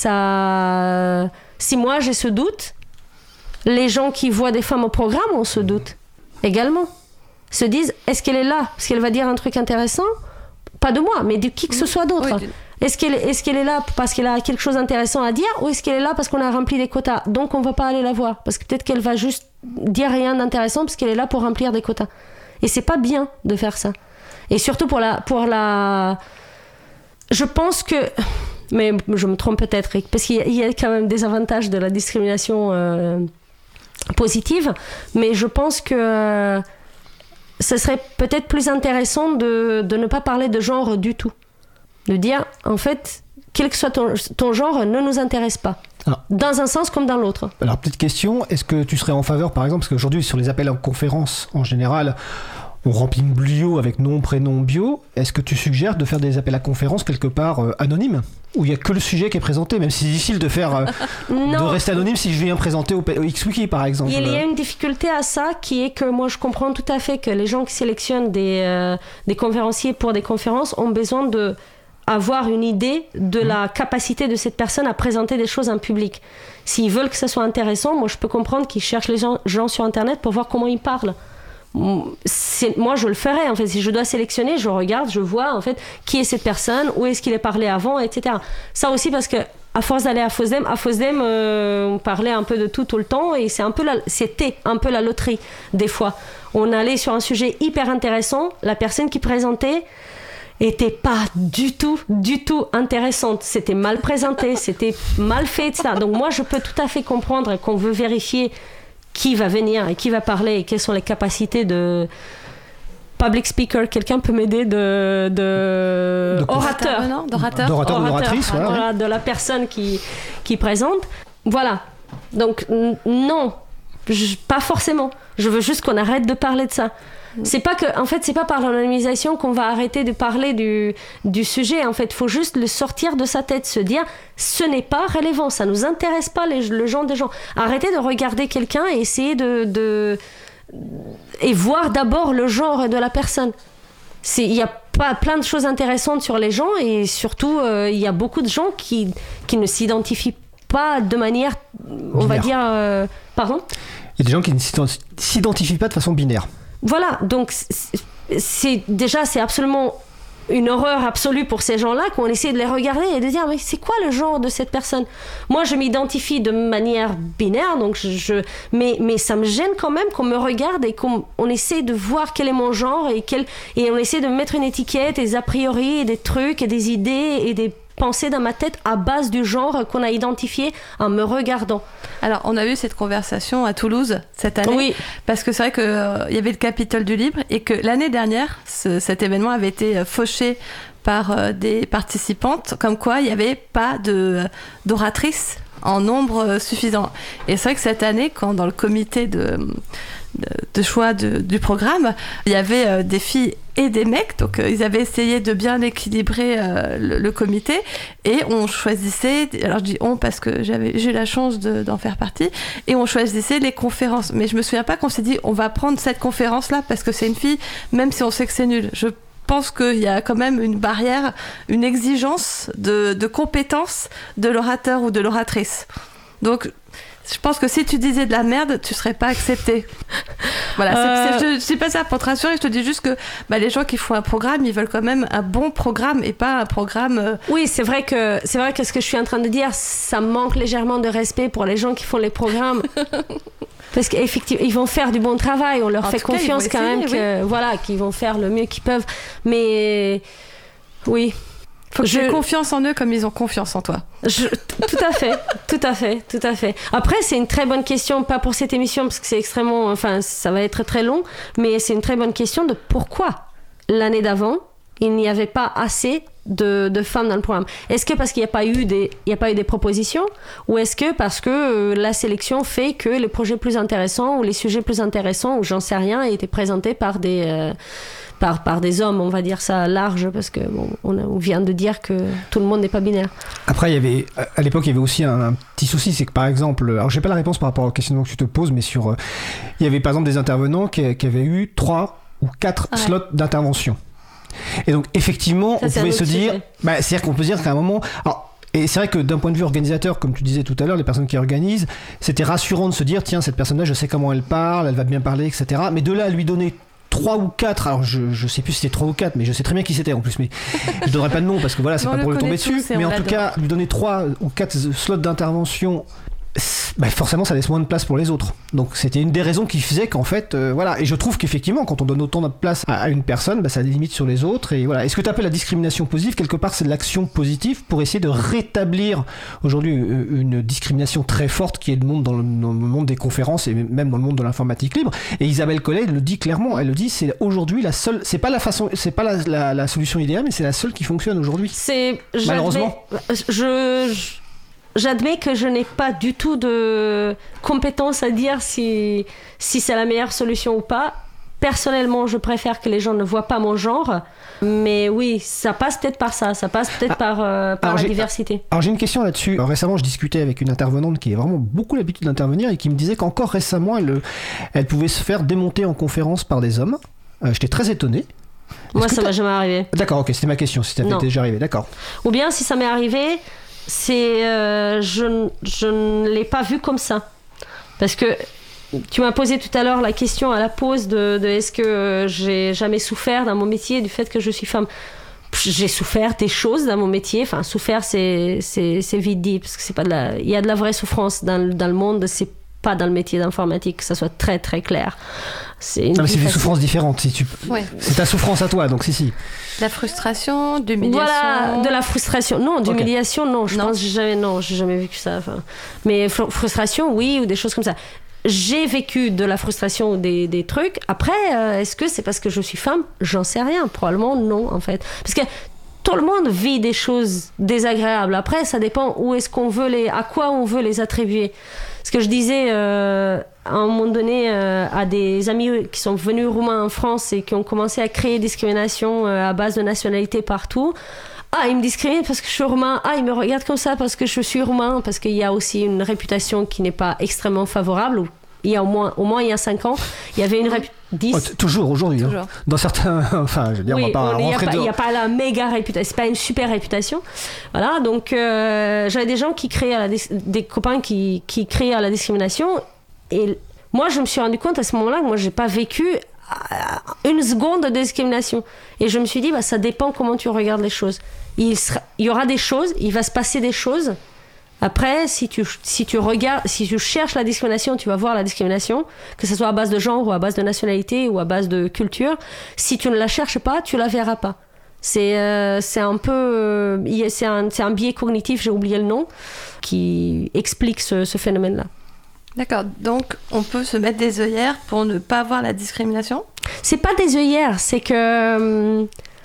ça... Si moi j'ai ce doute, les gens qui voient des femmes au programme ont ce doute également. Se disent, est-ce qu'elle est là parce qu'elle va dire un truc intéressant? Pas de moi, mais de qui que ce soit d'autre. Oui. Est-ce qu'elle, est-ce qu'elle est là parce qu'elle a quelque chose d'intéressant à dire ou est-ce qu'elle est là parce qu'on a rempli des quotas? Donc on ne va pas aller la voir parce que peut-être qu'elle va juste dire rien d'intéressant parce qu'elle est là pour remplir des quotas. Et c'est pas bien de faire ça. Et surtout pour la... Pour la... Je pense que Mais je me trompe peut-être, parce qu'il y a, il y a quand même des avantages de la discrimination euh, positive, mais je pense que euh, ce serait peut-être plus intéressant de, de ne pas parler de genre du tout. De dire, en fait, quel que soit ton, ton genre, ne nous intéresse pas. Alors, dans un sens comme dans l'autre. Alors, petite question, est-ce que tu serais en faveur, par exemple, parce qu'aujourd'hui, sur les appels en conférence, en général, on remplit une bio avec nom, prénom, bio. Est-ce que tu suggères de faire des appels à conférence quelque part euh, anonymes, où il n'y a que le sujet qui est présenté, même si c'est difficile de faire, euh, de rester anonyme si je viens présenter au, au X-Wiki, par exemple. Il y a une difficulté à ça, qui est que moi, je comprends tout à fait que les gens qui sélectionnent des, euh, des conférenciers pour des conférences ont besoin de avoir une idée de la capacité de cette personne à présenter des choses en public. S'ils veulent que ça soit intéressant, moi je peux comprendre qu'ils cherchent les gens, gens sur Internet pour voir comment ils parlent. C'est, moi je le ferais en fait, si je dois sélectionner, je regarde, je vois en fait qui est cette personne, où est-ce qu'il est parlé avant, et cetera. Ça aussi parce que à force d'aller à FOSDEM, à FOSDEM euh, on parlait un peu de tout tout le temps, et c'est un peu la, c'était un peu la loterie des fois. On allait sur un sujet hyper intéressant, la personne qui présentait était pas du tout, du tout intéressante. C'était mal présenté, c'était mal fait, et cetera. Donc moi, je peux tout à fait comprendre qu'on veut vérifier qui va venir et qui va parler et quelles sont les capacités de public speaker. Quelqu'un peut m'aider de, de... de orateur, d'orateur, d'orateur ou d'oratrice, voilà, voilà, de la personne qui qui présente. Voilà. Donc n- non, je, pas forcément. Je veux juste qu'on arrête de parler de ça. C'est pas que, en fait, c'est pas par l'anonymisation qu'on va arrêter de parler du, du sujet. En fait, il faut juste le sortir de sa tête, se dire, ce n'est pas relevant, ça nous intéresse pas les, le genre des gens. Arrêtez de regarder quelqu'un et essayer de, de et voir d'abord le genre de la personne. C'est, il y a pas plein de choses intéressantes sur les gens, et surtout, euh, il y a beaucoup de gens qui qui ne s'identifient pas de manière, on binaire. va dire, euh, pardon. Il y a des gens qui ne s'identifient pas de façon binaire. Voilà, donc c'est, c'est déjà c'est absolument une horreur absolue pour ces gens-là, qu'on essaie de les regarder et de dire mais c'est quoi le genre de cette personne ? Moi je m'identifie de manière binaire, donc je, je mais mais ça me gêne quand même qu'on me regarde et qu'on on essaie de voir quel est mon genre et quel et on essaie de me mettre une étiquette, des a priori, et des trucs et des idées et des pensées dans ma tête à base du genre qu'on a identifié en me regardant. Alors, on a eu cette conversation à Toulouse cette année, oui. Parce que c'est vrai qu'il euh, y avait le Capitole du Libre et que l'année dernière, ce, cet événement avait été fauché par euh, des participantes, comme quoi il n'y avait pas de, d'oratrices en nombre suffisant. Et c'est vrai que cette année, quand dans le comité de, de, de choix de, du programme, il y avait euh, des filles et des mecs, donc euh, ils avaient essayé de bien équilibrer euh, le, le comité, et on choisissait, alors je dis on parce que j'avais, j'ai eu la chance de, d'en faire partie, et on choisissait les conférences. Mais je me souviens pas qu'on s'est dit on va prendre cette conférence-là parce que c'est une fille, même si on sait que c'est nul. Je pense qu'il y a quand même une barrière, une exigence de, de compétence de l'orateur ou de l'oratrice. Donc, je pense que si tu disais de la merde, tu serais pas accepté. Voilà, c'est, c'est, je, je dis pas ça pour te rassurer, je te dis juste que bah, les gens qui font un programme, ils veulent quand même un bon programme et pas un programme... Euh... Oui, c'est vrai que c'est vrai que ce que je suis en train de dire, ça manque légèrement de respect pour les gens qui font les programmes. Parce qu'effectivement, ils vont faire du bon travail, on leur en fait confiance cas, quand même, essayer, que, oui. voilà, qu'ils vont faire le mieux qu'ils peuvent. Mais oui. Faut que je... tu aies confiance en eux comme ils ont confiance en toi. Je... Tout à fait, tout à fait, tout à fait. Après, c'est une très bonne question, pas pour cette émission, parce que c'est extrêmement... Enfin, ça va être très long, mais c'est une très bonne question de pourquoi, l'année d'avant, il n'y avait pas assez de, de femmes dans le programme. Est-ce que parce qu'il n'y a pas eu des, il n'y a pas eu des propositions, ou est-ce que parce que euh, la sélection fait que les projets plus intéressants ou les sujets plus intéressants, ou j'en sais rien, étaient présentés par des... Euh, Par, par des hommes, on va dire ça large, parce que bon, on, a, on vient de dire que tout le monde n'est pas binaire. Après, il y avait, à l'époque, il y avait aussi un, un petit souci, c'est que par exemple, alors j'ai pas la réponse par rapport au questionnement que tu te poses, mais sur, euh, il y avait par exemple des intervenants qui, qui avaient eu trois ou quatre ah ouais. slots d'intervention. Et donc effectivement, ça, on pouvait se dire, bah, c'est-à-dire qu'on peut se dire qu'à un moment, alors, et c'est vrai que d'un point de vue organisateur, comme tu disais tout à l'heure, les personnes qui organisent, c'était rassurant de se dire, tiens, cette personne-là, je sais comment elle parle, elle va bien parler, et cetera. Mais de là à lui donner trois ou quatre, alors je, je sais plus si c'était trois ou quatre, mais je sais très bien qui c'était en plus, mais je donnerai pas de nom parce que voilà, c'est pas pour lui tomber dessus, mais en tout cas, lui donner trois ou quatre slots d'intervention, bah forcément ça laisse moins de place pour les autres. Donc c'était une des raisons qui faisait qu'en fait, euh, voilà. Et je trouve qu'effectivement, quand on donne autant de place à, à une personne, bah, ça a des limites sur les autres. Et voilà. Et ce que tu appelles la discrimination positive, quelque part, c'est de l'action positive pour essayer de rétablir aujourd'hui une discrimination très forte qui est le monde dans le, dans le monde des conférences et même dans le monde de l'informatique libre. Et Isabelle Collet le dit clairement. Elle le dit, c'est aujourd'hui la seule. C'est pas la façon, c'est pas la, la, la solution idéale, mais c'est la seule qui fonctionne aujourd'hui. C'est malheureusement. Je, je J'admets que je n'ai pas du tout de compétence à dire si, si c'est la meilleure solution ou pas. Personnellement, je préfère que les gens ne voient pas mon genre. Mais oui, ça passe peut-être par ça. Ça passe peut-être ah, par, euh, par la diversité. Alors j'ai une question là-dessus. Alors, récemment, je discutais avec une intervenante qui a vraiment beaucoup l'habitude d'intervenir et qui me disait qu'encore récemment, elle, elle pouvait se faire démonter en conférence par des hommes. Euh, j'étais très étonné. Moi, ça m'est jamais arrivé. D'accord, ok, c'était ma question. Si ça m'était déjà arrivé, d'accord. Ou bien, si ça m'est arrivé... c'est euh, je, je ne l'ai pas vu comme ça, parce que tu m'as posé tout à l'heure la question à la pause de, de est-ce que j'ai jamais souffert dans mon métier du fait que je suis femme. J'ai souffert des choses dans mon métier. Enfin, souffert, c'est, c'est, c'est vite dit, parce que c'est pas de la, il y a de la vraie souffrance dans, dans le monde, c'est pas dans le métier d'informatique, que ça soit très très clair. C'est une non, mais c'est des souffrances différentes. Si tu... ouais. C'est ta souffrance à toi, donc si, si. De la frustration, d'humiliation. Voilà, de la frustration. Non, d'humiliation, okay. non. Je non. pense jamais, non, j'ai jamais vécu ça. Enfin, mais fr- frustration, oui, ou des choses comme ça. J'ai vécu de la frustration ou des, des trucs. Après, euh, est-ce que c'est parce que je suis femme ? J'en sais rien. Probablement non, en fait. Parce que tout le monde vit des choses désagréables. Après, ça dépend où est-ce qu'on veut les, à quoi on veut les attribuer. Ce que je disais euh, à un moment donné euh, à des amis qui sont venus roumains en France et qui ont commencé à créer discrimination euh, à base de nationalité partout. Ah, ils me discriminent parce que je suis roumain. Ah, ils me regardent comme ça parce que je suis roumain. Parce qu'il y a aussi une réputation qui n'est pas extrêmement favorable. Il y a au moins, au moins il y a cinq ans, il y avait une réputation. Oh, t- toujours aujourd'hui. Toujours. Hein. Dans certains. Enfin, je veux dire, oui, on va pas on rentrer dedans. Il n'y a pas la méga réputation. C'est pas une super réputation. Voilà, donc euh, j'avais des gens qui créaient à la dis- des copains qui, qui créaient à la discrimination. Et moi, je me suis rendu compte à ce moment-là que moi, j'ai pas vécu une seconde de discrimination. Et je me suis dit, bah, ça dépend comment tu regardes les choses. Il, sera, il y aura des choses, il va se passer des choses. Après, si tu, si tu regardes, si tu cherches la discrimination, tu vas voir la discrimination, que ce soit à base de genre ou à base de nationalité ou à base de culture. Si tu ne la cherches pas, tu la verras pas. C'est, euh, c'est un peu, euh, c'est un, c'est un biais cognitif, j'ai oublié le nom, qui explique ce, ce phénomène-là. D'accord, donc on peut se mettre des œillères pour ne pas voir la discrimination ? C'est pas des œillères, c'est que...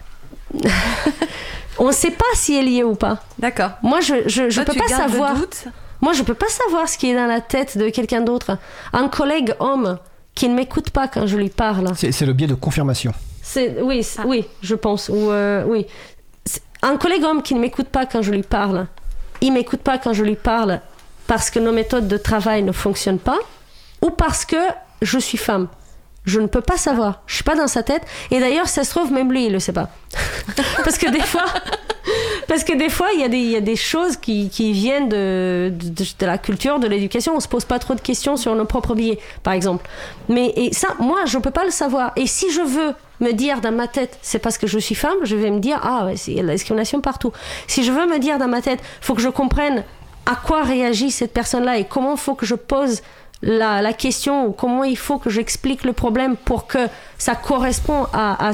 on ne sait pas si elle y est ou pas. D'accord. Moi, je je, je Toi, peux pas savoir. Le doute. Moi, je peux pas savoir ce qui est dans la tête de quelqu'un d'autre. Un collègue homme qui ne m'écoute pas quand je lui parle. C'est, c'est le biais de confirmation. C'est oui, c'est, ah. oui, je pense. Ou euh, oui, c'est, un collègue homme qui ne m'écoute pas quand je lui parle. Il m'écoute pas quand je lui parle parce que nos méthodes de travail ne fonctionnent pas, ou parce que je suis femme. Je ne peux pas savoir. Je suis pas dans sa tête. Et d'ailleurs, ça se trouve, même lui, il le sait pas. Parce que des fois, parce que des fois, il y a des, il y a des choses qui, qui viennent de, de, de la culture, de l'éducation. On se pose pas trop de questions sur nos propres biais, par exemple. Mais et ça, moi, je peux pas le savoir. Et si je veux me dire dans ma tête, c'est parce que je suis femme, je vais me dire, ah, ouais, il y a de la discrimination partout. Si je veux me dire dans ma tête, faut que je comprenne à quoi réagit cette personne-là et comment faut que je pose La, la question, ou comment il faut que j'explique le problème pour que ça correspond à, à,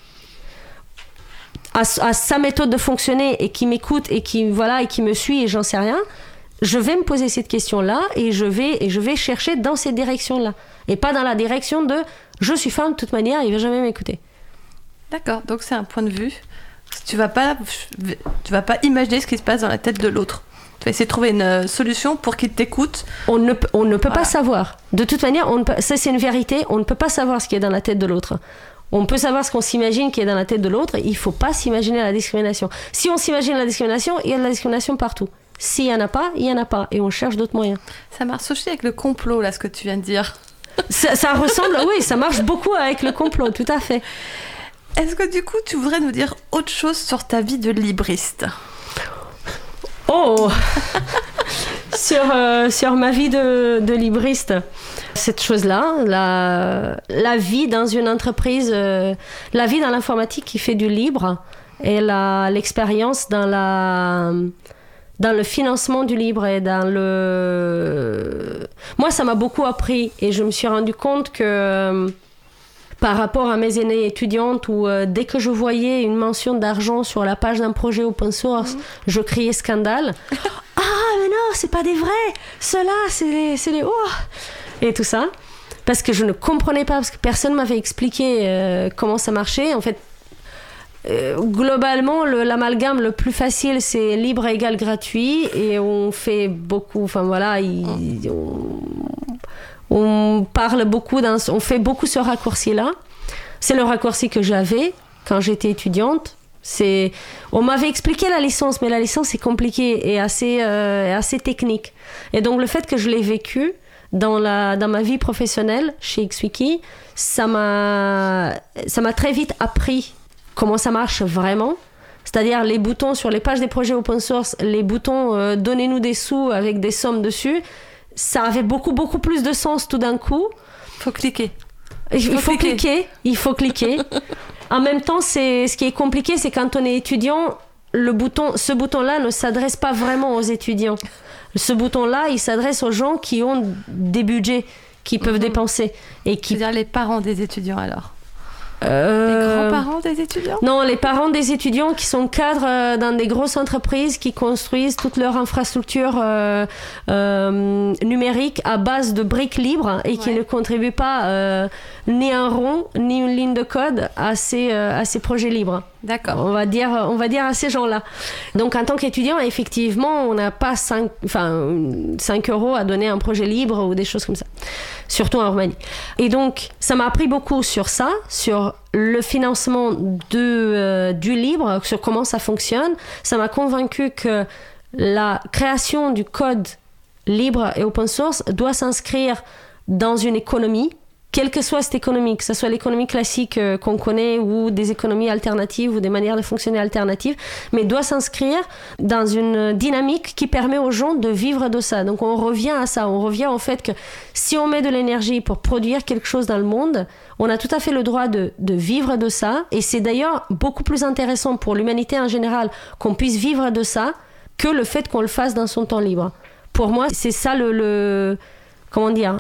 à, à sa méthode de fonctionner et qui m'écoute et qui, voilà, et qui me suit et j'en sais rien, je vais me poser cette question-là et je vais, et je vais chercher dans cette direction-là. Et pas dans la direction de « je suis femme, de toute manière, il ne va jamais m'écouter ». D'accord, donc c'est un point de vue. Tu ne vas pas, tu vas pas imaginer ce qui se passe dans la tête de l'autre. Tu vas essayer de trouver une solution pour qu'il t'écoute. On ne, on ne peut voilà. pas savoir. De toute manière, on ne peut, ça c'est une vérité, on ne peut pas savoir ce qui est dans la tête de l'autre. On peut savoir ce qu'on s'imagine qui est dans la tête de l'autre, il ne faut pas s'imaginer la discrimination. Si on s'imagine la discrimination, il y a de la discrimination partout. S'il n'y en a pas, il n'y en a pas. Et on cherche d'autres moyens. Ça marche aussi avec le complot, là, ce que tu viens de dire. Ça, ça ressemble, oui, ça marche beaucoup avec le complot, tout à fait. Est-ce que du coup, tu voudrais nous dire autre chose sur ta vie de libriste ? Oh sur, euh, sur ma vie de, de libriste, cette chose-là, la, la vie dans une entreprise, euh, la vie dans l'informatique qui fait du libre et la, l'expérience dans la, dans le financement du livre et dans le... Moi, ça m'a beaucoup appris et je me suis rendu compte que euh, par rapport à mes aînées étudiantes où euh, dès que je voyais une mention d'argent sur la page d'un projet open source, mmh. je criais scandale. Ah, mais non, c'est pas des vrais. Ceux-là, c'est les, c'est les... Oh et tout ça. Parce que je ne comprenais pas, parce que personne m'avait expliqué euh, comment ça marchait. En fait, euh, globalement, le, l'amalgame le plus facile, c'est libre égale gratuit. Et on fait beaucoup... Enfin, voilà, il, on, on parle beaucoup... Dans, on fait beaucoup ce raccourci-là. C'est le raccourci que j'avais quand j'étais étudiante. C'est, on m'avait expliqué la licence, mais la licence est compliquée et assez, euh, assez technique. Et donc le fait que je l'ai vécu dans, la, dans ma vie professionnelle chez XWiki, ça m'a, ça m'a très vite appris comment ça marche vraiment. C'est-à-dire les boutons sur les pages des projets open source, les boutons euh, donnez-nous des sous avec des sommes dessus, ça avait beaucoup, beaucoup plus de sens tout d'un coup. Faut cliquer. Il faut, il faut cliquer. cliquer. Il faut cliquer. En même temps, c'est, ce qui est compliqué, c'est quand on est étudiant, le bouton, ce bouton-là ne s'adresse pas vraiment aux étudiants. Ce bouton-là, il s'adresse aux gens qui ont des budgets, qui peuvent mmh. dépenser. Et qui... C'est-à-dire les parents des étudiants alors Euh... Les grands-parents des étudiants ? Non, les parents des étudiants qui sont cadres dans des grosses entreprises qui construisent toute leur infrastructure euh, euh, numérique à base de briques libres et qui ouais. ne contribuent pas euh, ni un rond ni une ligne de code à ces, euh, à ces projets libres. D'accord. On va dire, on va dire à ces gens-là. Donc, en tant qu'étudiant, effectivement, on n'a pas cinq, enfin, cinq euros à donner à un projet libre ou des choses comme ça. Surtout en Roumanie. Et donc, ça m'a appris beaucoup sur ça, sur le financement de, euh, du libre, sur comment ça fonctionne. Ça m'a convaincu que la création du code libre et open source doit s'inscrire dans une économie, quelle que soit cette économie, que ce soit l'économie classique euh, qu'on connaît ou des économies alternatives ou des manières de fonctionner alternatives, mais doit s'inscrire dans une dynamique qui permet aux gens de vivre de ça. Donc on revient à ça, on revient au fait que si on met de l'énergie pour produire quelque chose dans le monde, on a tout à fait le droit de, de vivre de ça, et c'est d'ailleurs beaucoup plus intéressant pour l'humanité en général qu'on puisse vivre de ça que le fait qu'on le fasse dans son temps libre. Pour moi, c'est ça le... le comment dire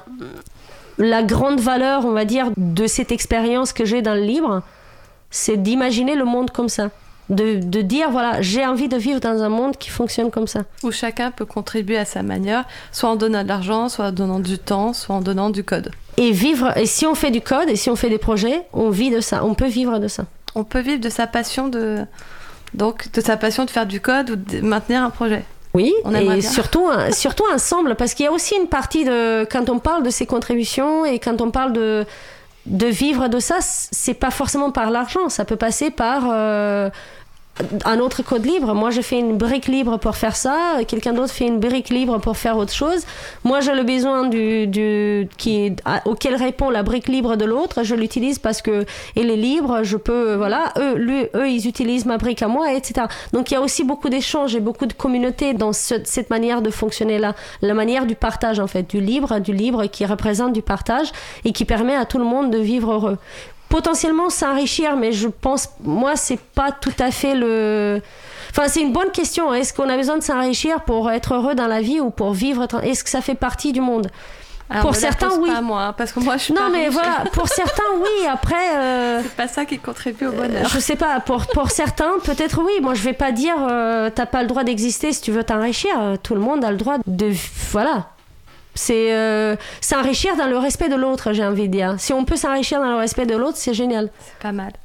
la grande valeur, on va dire, de cette expérience que j'ai dans le libre, c'est d'imaginer le monde comme ça. De, de dire, voilà, j'ai envie de vivre dans un monde qui fonctionne comme ça. Où chacun peut contribuer à sa manière, soit en donnant de l'argent, soit en donnant du temps, soit en donnant du code. Et vivre, et si on fait du code, et si on fait des projets, on vit de ça, on peut vivre de ça. On peut vivre de sa passion de, donc, de sa passion de faire du code ou de maintenir un projet. Oui, et surtout, surtout ensemble, parce qu'il y a aussi une partie de... Quand on parle de ces contributions et quand on parle de, de vivre de ça, c'est pas forcément par l'argent, ça peut passer par euh, un autre code libre. Moi, je fais une brique libre pour faire ça, quelqu'un d'autre fait une brique libre pour faire autre chose. Moi, j'ai le besoin du, du, qui, à, auquel répond la brique libre de l'autre, je l'utilise parce que elle est libre, je peux, voilà, eux, lui, eux, ils utilisent ma brique à moi, et cetera. Donc, il y a aussi beaucoup d'échanges et beaucoup de communautés dans ce, cette manière de fonctionner-là, la manière du partage, en fait, du libre, du libre qui représente du partage et qui permet à tout le monde de vivre heureux. Potentiellement s'enrichir, mais je pense, moi, c'est pas tout à fait le... Enfin, c'est une bonne question. Est-ce qu'on a besoin de s'enrichir pour être heureux dans la vie ou pour vivre? Est-ce que ça fait partie du monde? Alors, pour certains, oui. Pas moi, parce que moi, je suis non, pas mais riche. Voilà, pour certains, oui. Après, euh, c'est pas ça qui contribue au bonheur. Je sais pas. Pour pour certains, peut-être oui. Moi, je vais pas dire euh, t'as pas le droit d'exister si tu veux t'enrichir. Tout le monde a le droit de, voilà. C'est euh, s'enrichir dans le respect de l'autre, j'ai envie de dire. Si on peut s'enrichir dans le respect de l'autre, c'est génial. C'est pas mal.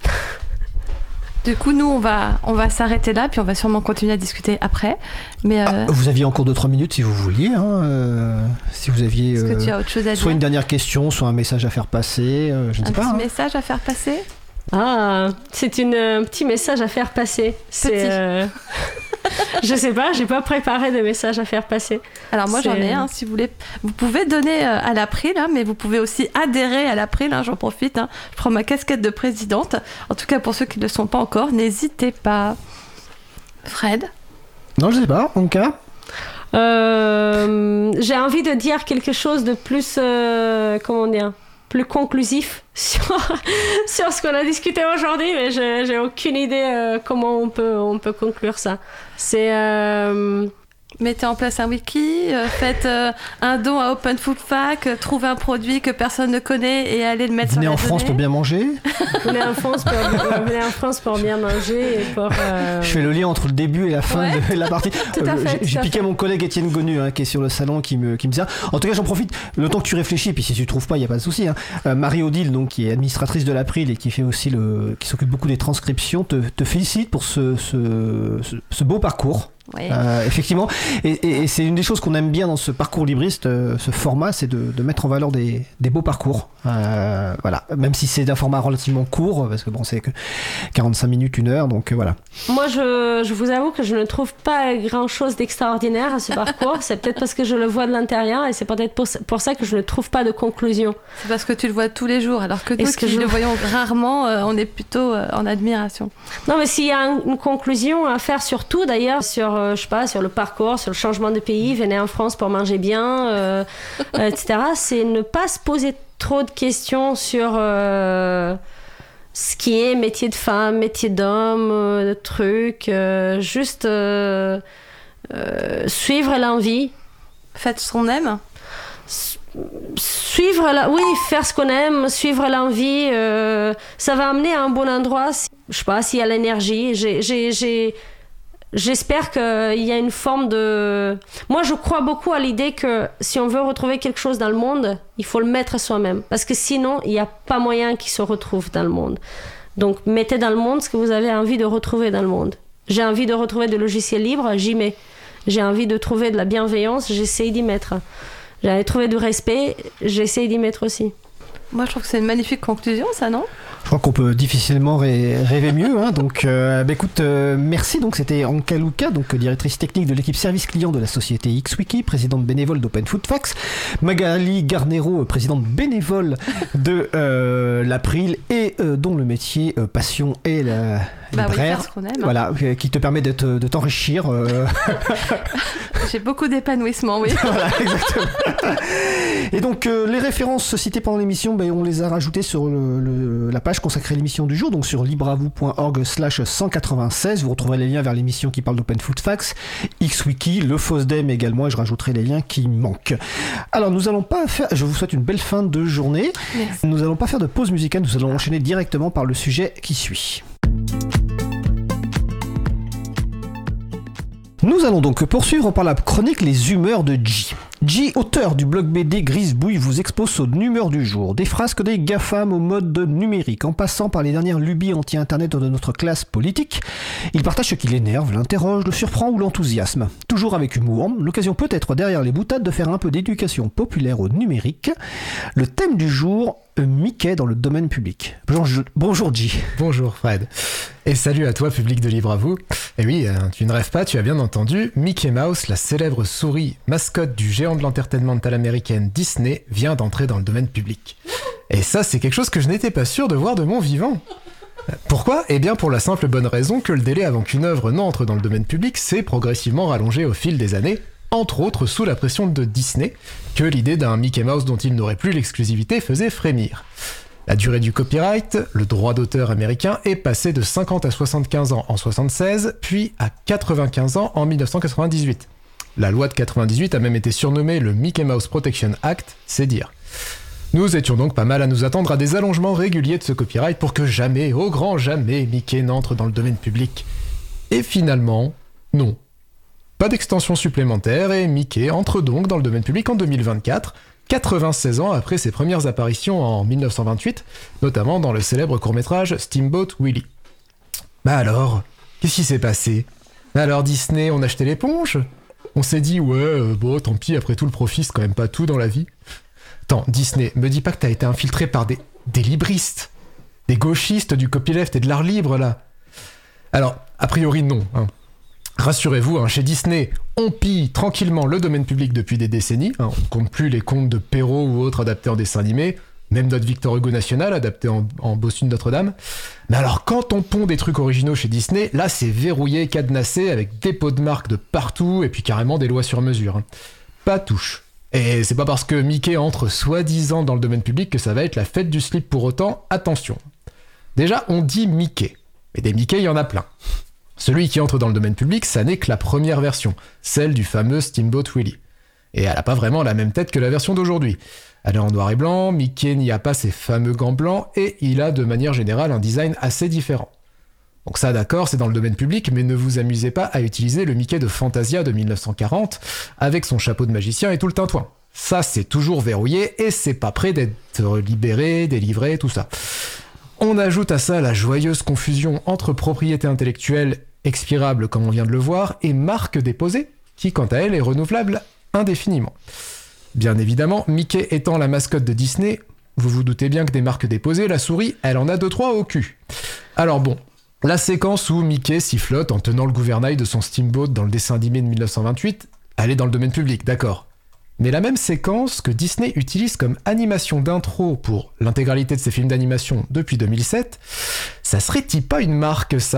Du coup, nous, on va, on va s'arrêter là, puis on va sûrement continuer à discuter après. Mais, euh... ah, vous aviez encore deux trois minutes si vous vouliez. Hein, euh, si vous aviez Est-ce que tu as autre chose à soit dire? Une dernière question, soit un message à faire passer. Euh, je ne un sais pas. Un petit hein. message à faire passer? Ah, c'est une, un petit message à faire passer. C'est, petit. Euh... Je sais pas, j'ai pas préparé de message à faire passer. Alors moi c'est... j'en ai un, hein, si vous voulez. Vous pouvez donner euh, à l'April, hein, mais vous pouvez aussi adhérer à l'April, hein, j'en profite. Hein. Je prends ma casquette de présidente. En tout cas pour ceux qui ne le sont pas encore, n'hésitez pas. Fred? Non, je sais pas, en cas. Euh, j'ai envie de dire quelque chose de plus, euh, comment dire, plus conclusif sur, sur ce qu'on a discuté aujourd'hui, mais je, j'ai aucune idée euh, comment on peut, on peut conclure ça. C'est, euh, Mettez en place un wiki, euh, faites euh, un don à Open Food Fac, euh, trouvez un produit que personne ne connaît et allez le mettre Venez sur la en France pour bien manger. Venez en France pour, venez en France pour bien manger et pour... Euh... Je fais le lien entre le début et la fin Ouais. de la partie. Tout à Euh, fait, j'ai j'ai tout à piqué fait. mon collègue Étienne Gonu hein, qui est sur le salon qui me, qui me dit ça. En tout cas, j'en profite. Le temps que tu réfléchis, puis si tu trouves pas, il y a pas de souci. Hein. Euh, Marie-Odile, donc qui est administratrice de l'April et qui fait aussi le, qui s'occupe beaucoup des transcriptions, te, te félicite pour ce, ce, ce, ce beau parcours. Ouais. Euh, effectivement, et, et, et c'est une des choses qu'on aime bien dans ce parcours libriste, euh, ce format, c'est de, de mettre en valeur des, des beaux parcours. Euh, voilà, même si c'est d'un format relativement court, parce que bon, c'est que quarante-cinq minutes, une heure, donc euh, voilà. Moi, je, je vous avoue que je ne trouve pas grand-chose d'extraordinaire à ce parcours. C'est peut-être parce que je le vois de l'intérieur et c'est peut-être pour, pour ça que je ne trouve pas de conclusion. C'est parce que tu le vois tous les jours, alors que nous Est-ce que qui je- le voyons rarement, euh, on est plutôt euh, en admiration. Non, mais s'il y a un- une conclusion à faire sur tout, d'ailleurs, sur, euh, je sais pas, sur le parcours, sur le changement de pays, venez en France pour manger bien, euh, euh, et cetera, c'est ne pas se poser trop de questions sur euh, ce qui est métier de femme, métier d'homme, euh, trucs, euh, juste euh, euh, suivre l'envie. Faites ce qu'on aime. Suivre la... Oui, faire ce qu'on aime, suivre l'envie, euh, ça va amener à un bon endroit. Si- Je sais pas, s'il y a l'énergie. J'ai, j'ai, j'ai... J'espère qu'il y a une forme de... Moi, je crois beaucoup à l'idée que si on veut retrouver quelque chose dans le monde, il faut le mettre soi-même. Parce que sinon, il n'y a pas moyen qu'il se retrouve dans le monde. Donc, mettez dans le monde ce que vous avez envie de retrouver dans le monde. J'ai envie de retrouver des logiciels libres, j'y mets. J'ai envie de trouver de la bienveillance, j'essaye d'y mettre. J'ai envie de trouver du respect, j'essaye d'y mettre aussi. Moi, je trouve que c'est une magnifique conclusion, ça, non ? Je crois qu'on peut difficilement ré- rêver mieux. Hein, donc, euh, bah, écoute, euh, merci. Donc, c'était Anka Luka, donc directrice technique de l'équipe service client de la société XWiki, présidente bénévole d'Open Food Facts. Magali Garnero, présidente bénévole de euh, l'April et euh, dont le métier euh, passion est la Bah oui, libraire. faire ce qu'on aime. hein. Voilà, euh, qui te permet d'être, de t'enrichir. euh, J'ai beaucoup d'épanouissement, oui. Voilà, exactement. Et donc, euh, les références citées pendant l'émission, ben, on les a rajoutées sur le, le- la page consacrée à l'émission du jour, donc sur libreavoue.org slash cent quatre-vingt-seize. Vous retrouverez les liens vers l'émission qui parle d'Open Food Facts, XWiki, le FOSDEM également, et je rajouterai les liens qui manquent. Alors, nous allons pas faire... Je vous souhaite une belle fin de journée. Merci. Nous allons pas faire de pause musicale, nous allons enchaîner directement par le sujet qui suit. Nous allons donc poursuivre par la chronique Les humeurs de G. G, auteur du blog B D Grise Bouille, vous expose son humeur du jour. Des frasques des GAFAM au mode numérique, en passant par les dernières lubies anti-internet de notre classe politique. Il partage ce qui l'énerve, l'interroge, le surprend ou l'enthousiasme. Toujours avec humour, l'occasion peut être derrière les boutades de faire un peu d'éducation populaire au numérique. Le thème du jour, Mickey dans le domaine public. Bonjour, bonjour G. Bonjour Fred. Et salut à toi, public de Libre à vous. Et oui, euh, tu ne rêves pas, tu as bien entendu, Mickey Mouse, la célèbre souris mascotte du géant de l'entertainmental américaine Disney, vient d'entrer dans le domaine public. Et ça, c'est quelque chose que je n'étais pas sûr de voir de mon vivant. Pourquoi ? Eh bien pour la simple bonne raison que le délai avant qu'une œuvre n'entre dans le domaine public s'est progressivement rallongé au fil des années, entre autres sous la pression de Disney, que l'idée d'un Mickey Mouse dont il n'aurait plus l'exclusivité faisait frémir. La durée du copyright, le droit d'auteur américain, est passé de cinquante à soixante-quinze ans en soixante-seize, puis à quatre-vingt-quinze ans en mille neuf cent quatre-vingt-dix-huit. La loi de quatre-vingt-dix-huit a même été surnommée le Mickey Mouse Protection Act, c'est dire. Nous étions donc pas mal à nous attendre à des allongements réguliers de ce copyright pour que jamais, au grand jamais, Mickey n'entre dans le domaine public. Et finalement, non. Pas d'extension supplémentaire et Mickey entre donc dans le domaine public en deux mille vingt-quatre, quatre-vingt-seize ans après ses premières apparitions en mille neuf cent vingt-huit, notamment dans le célèbre court-métrage Steamboat Willie. Bah alors, qu'est-ce qui s'est passé ? Alors Disney, on a acheté l'éponge ? On s'est dit, ouais, euh, bon, tant pis, après tout, le profit, c'est quand même pas tout dans la vie. Attends, Disney, me dis pas que t'as été infiltré par des, des libristes, des gauchistes du copyleft et de l'art libre, là. Alors, a priori, non, hein. Rassurez-vous, hein, chez Disney, on pille tranquillement le domaine public depuis des décennies, hein, on ne compte plus les contes de Perrault ou autres adaptés en dessin animé, même notre Victor Hugo National adapté en, en Bossu de Notre-Dame. Mais alors quand on pond des trucs originaux chez Disney, là c'est verrouillé, cadenassé, avec des pots de marque de partout, et puis carrément des lois sur mesure. Hein. Pas touche. Et c'est pas parce que Mickey entre soi-disant dans le domaine public que ça va être la fête du slip pour autant, attention. Déjà, on dit Mickey, mais des Mickey il y en a plein. Celui qui entre dans le domaine public, ça n'est que la première version, celle du fameux Steamboat Willie. Et elle n'a pas vraiment la même tête que la version d'aujourd'hui. Elle est en noir et blanc, Mickey n'y a pas ses fameux gants blancs, et il a de manière générale un design assez différent. Donc ça d'accord, c'est dans le domaine public, mais ne vous amusez pas à utiliser le Mickey de Fantasia de mille neuf cent quarante, avec son chapeau de magicien et tout le tintouin. Ça c'est toujours verrouillé, et c'est pas prêt d'être libéré, délivré, tout ça. On ajoute à ça la joyeuse confusion entre propriété intellectuelle expirable comme on vient de le voir, et marque déposée, qui quant à elle est renouvelable indéfiniment. Bien évidemment, Mickey étant la mascotte de Disney, vous vous doutez bien que des marques déposées, la souris, elle en a deux trois au cul. Alors bon, la séquence où Mickey sifflote en tenant le gouvernail de son steamboat dans le dessin animé de mille neuf cent vingt-huit, elle est dans le domaine public, d'accord. Mais la même séquence que Disney utilise comme animation d'intro pour l'intégralité de ses films d'animation depuis deux mille sept, ça serait-il pas une marque, ça ?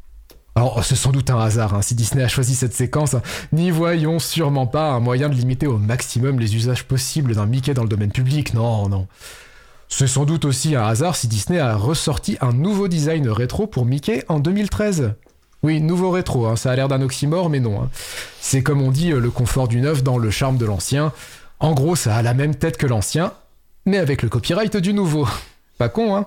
Alors, c'est sans doute un hasard, hein, si Disney a choisi cette séquence, hein, n'y voyons sûrement pas un moyen de limiter au maximum les usages possibles d'un Mickey dans le domaine public, non, non. C'est sans doute aussi un hasard si Disney a ressorti un nouveau design rétro pour Mickey en deux mille treize. Oui, nouveau rétro, hein, ça a l'air d'un oxymore, mais non. Hein. C'est comme on dit, le confort du neuf dans le charme de l'ancien. En gros, ça a la même tête que l'ancien, mais avec le copyright du nouveau. Pas con, hein ?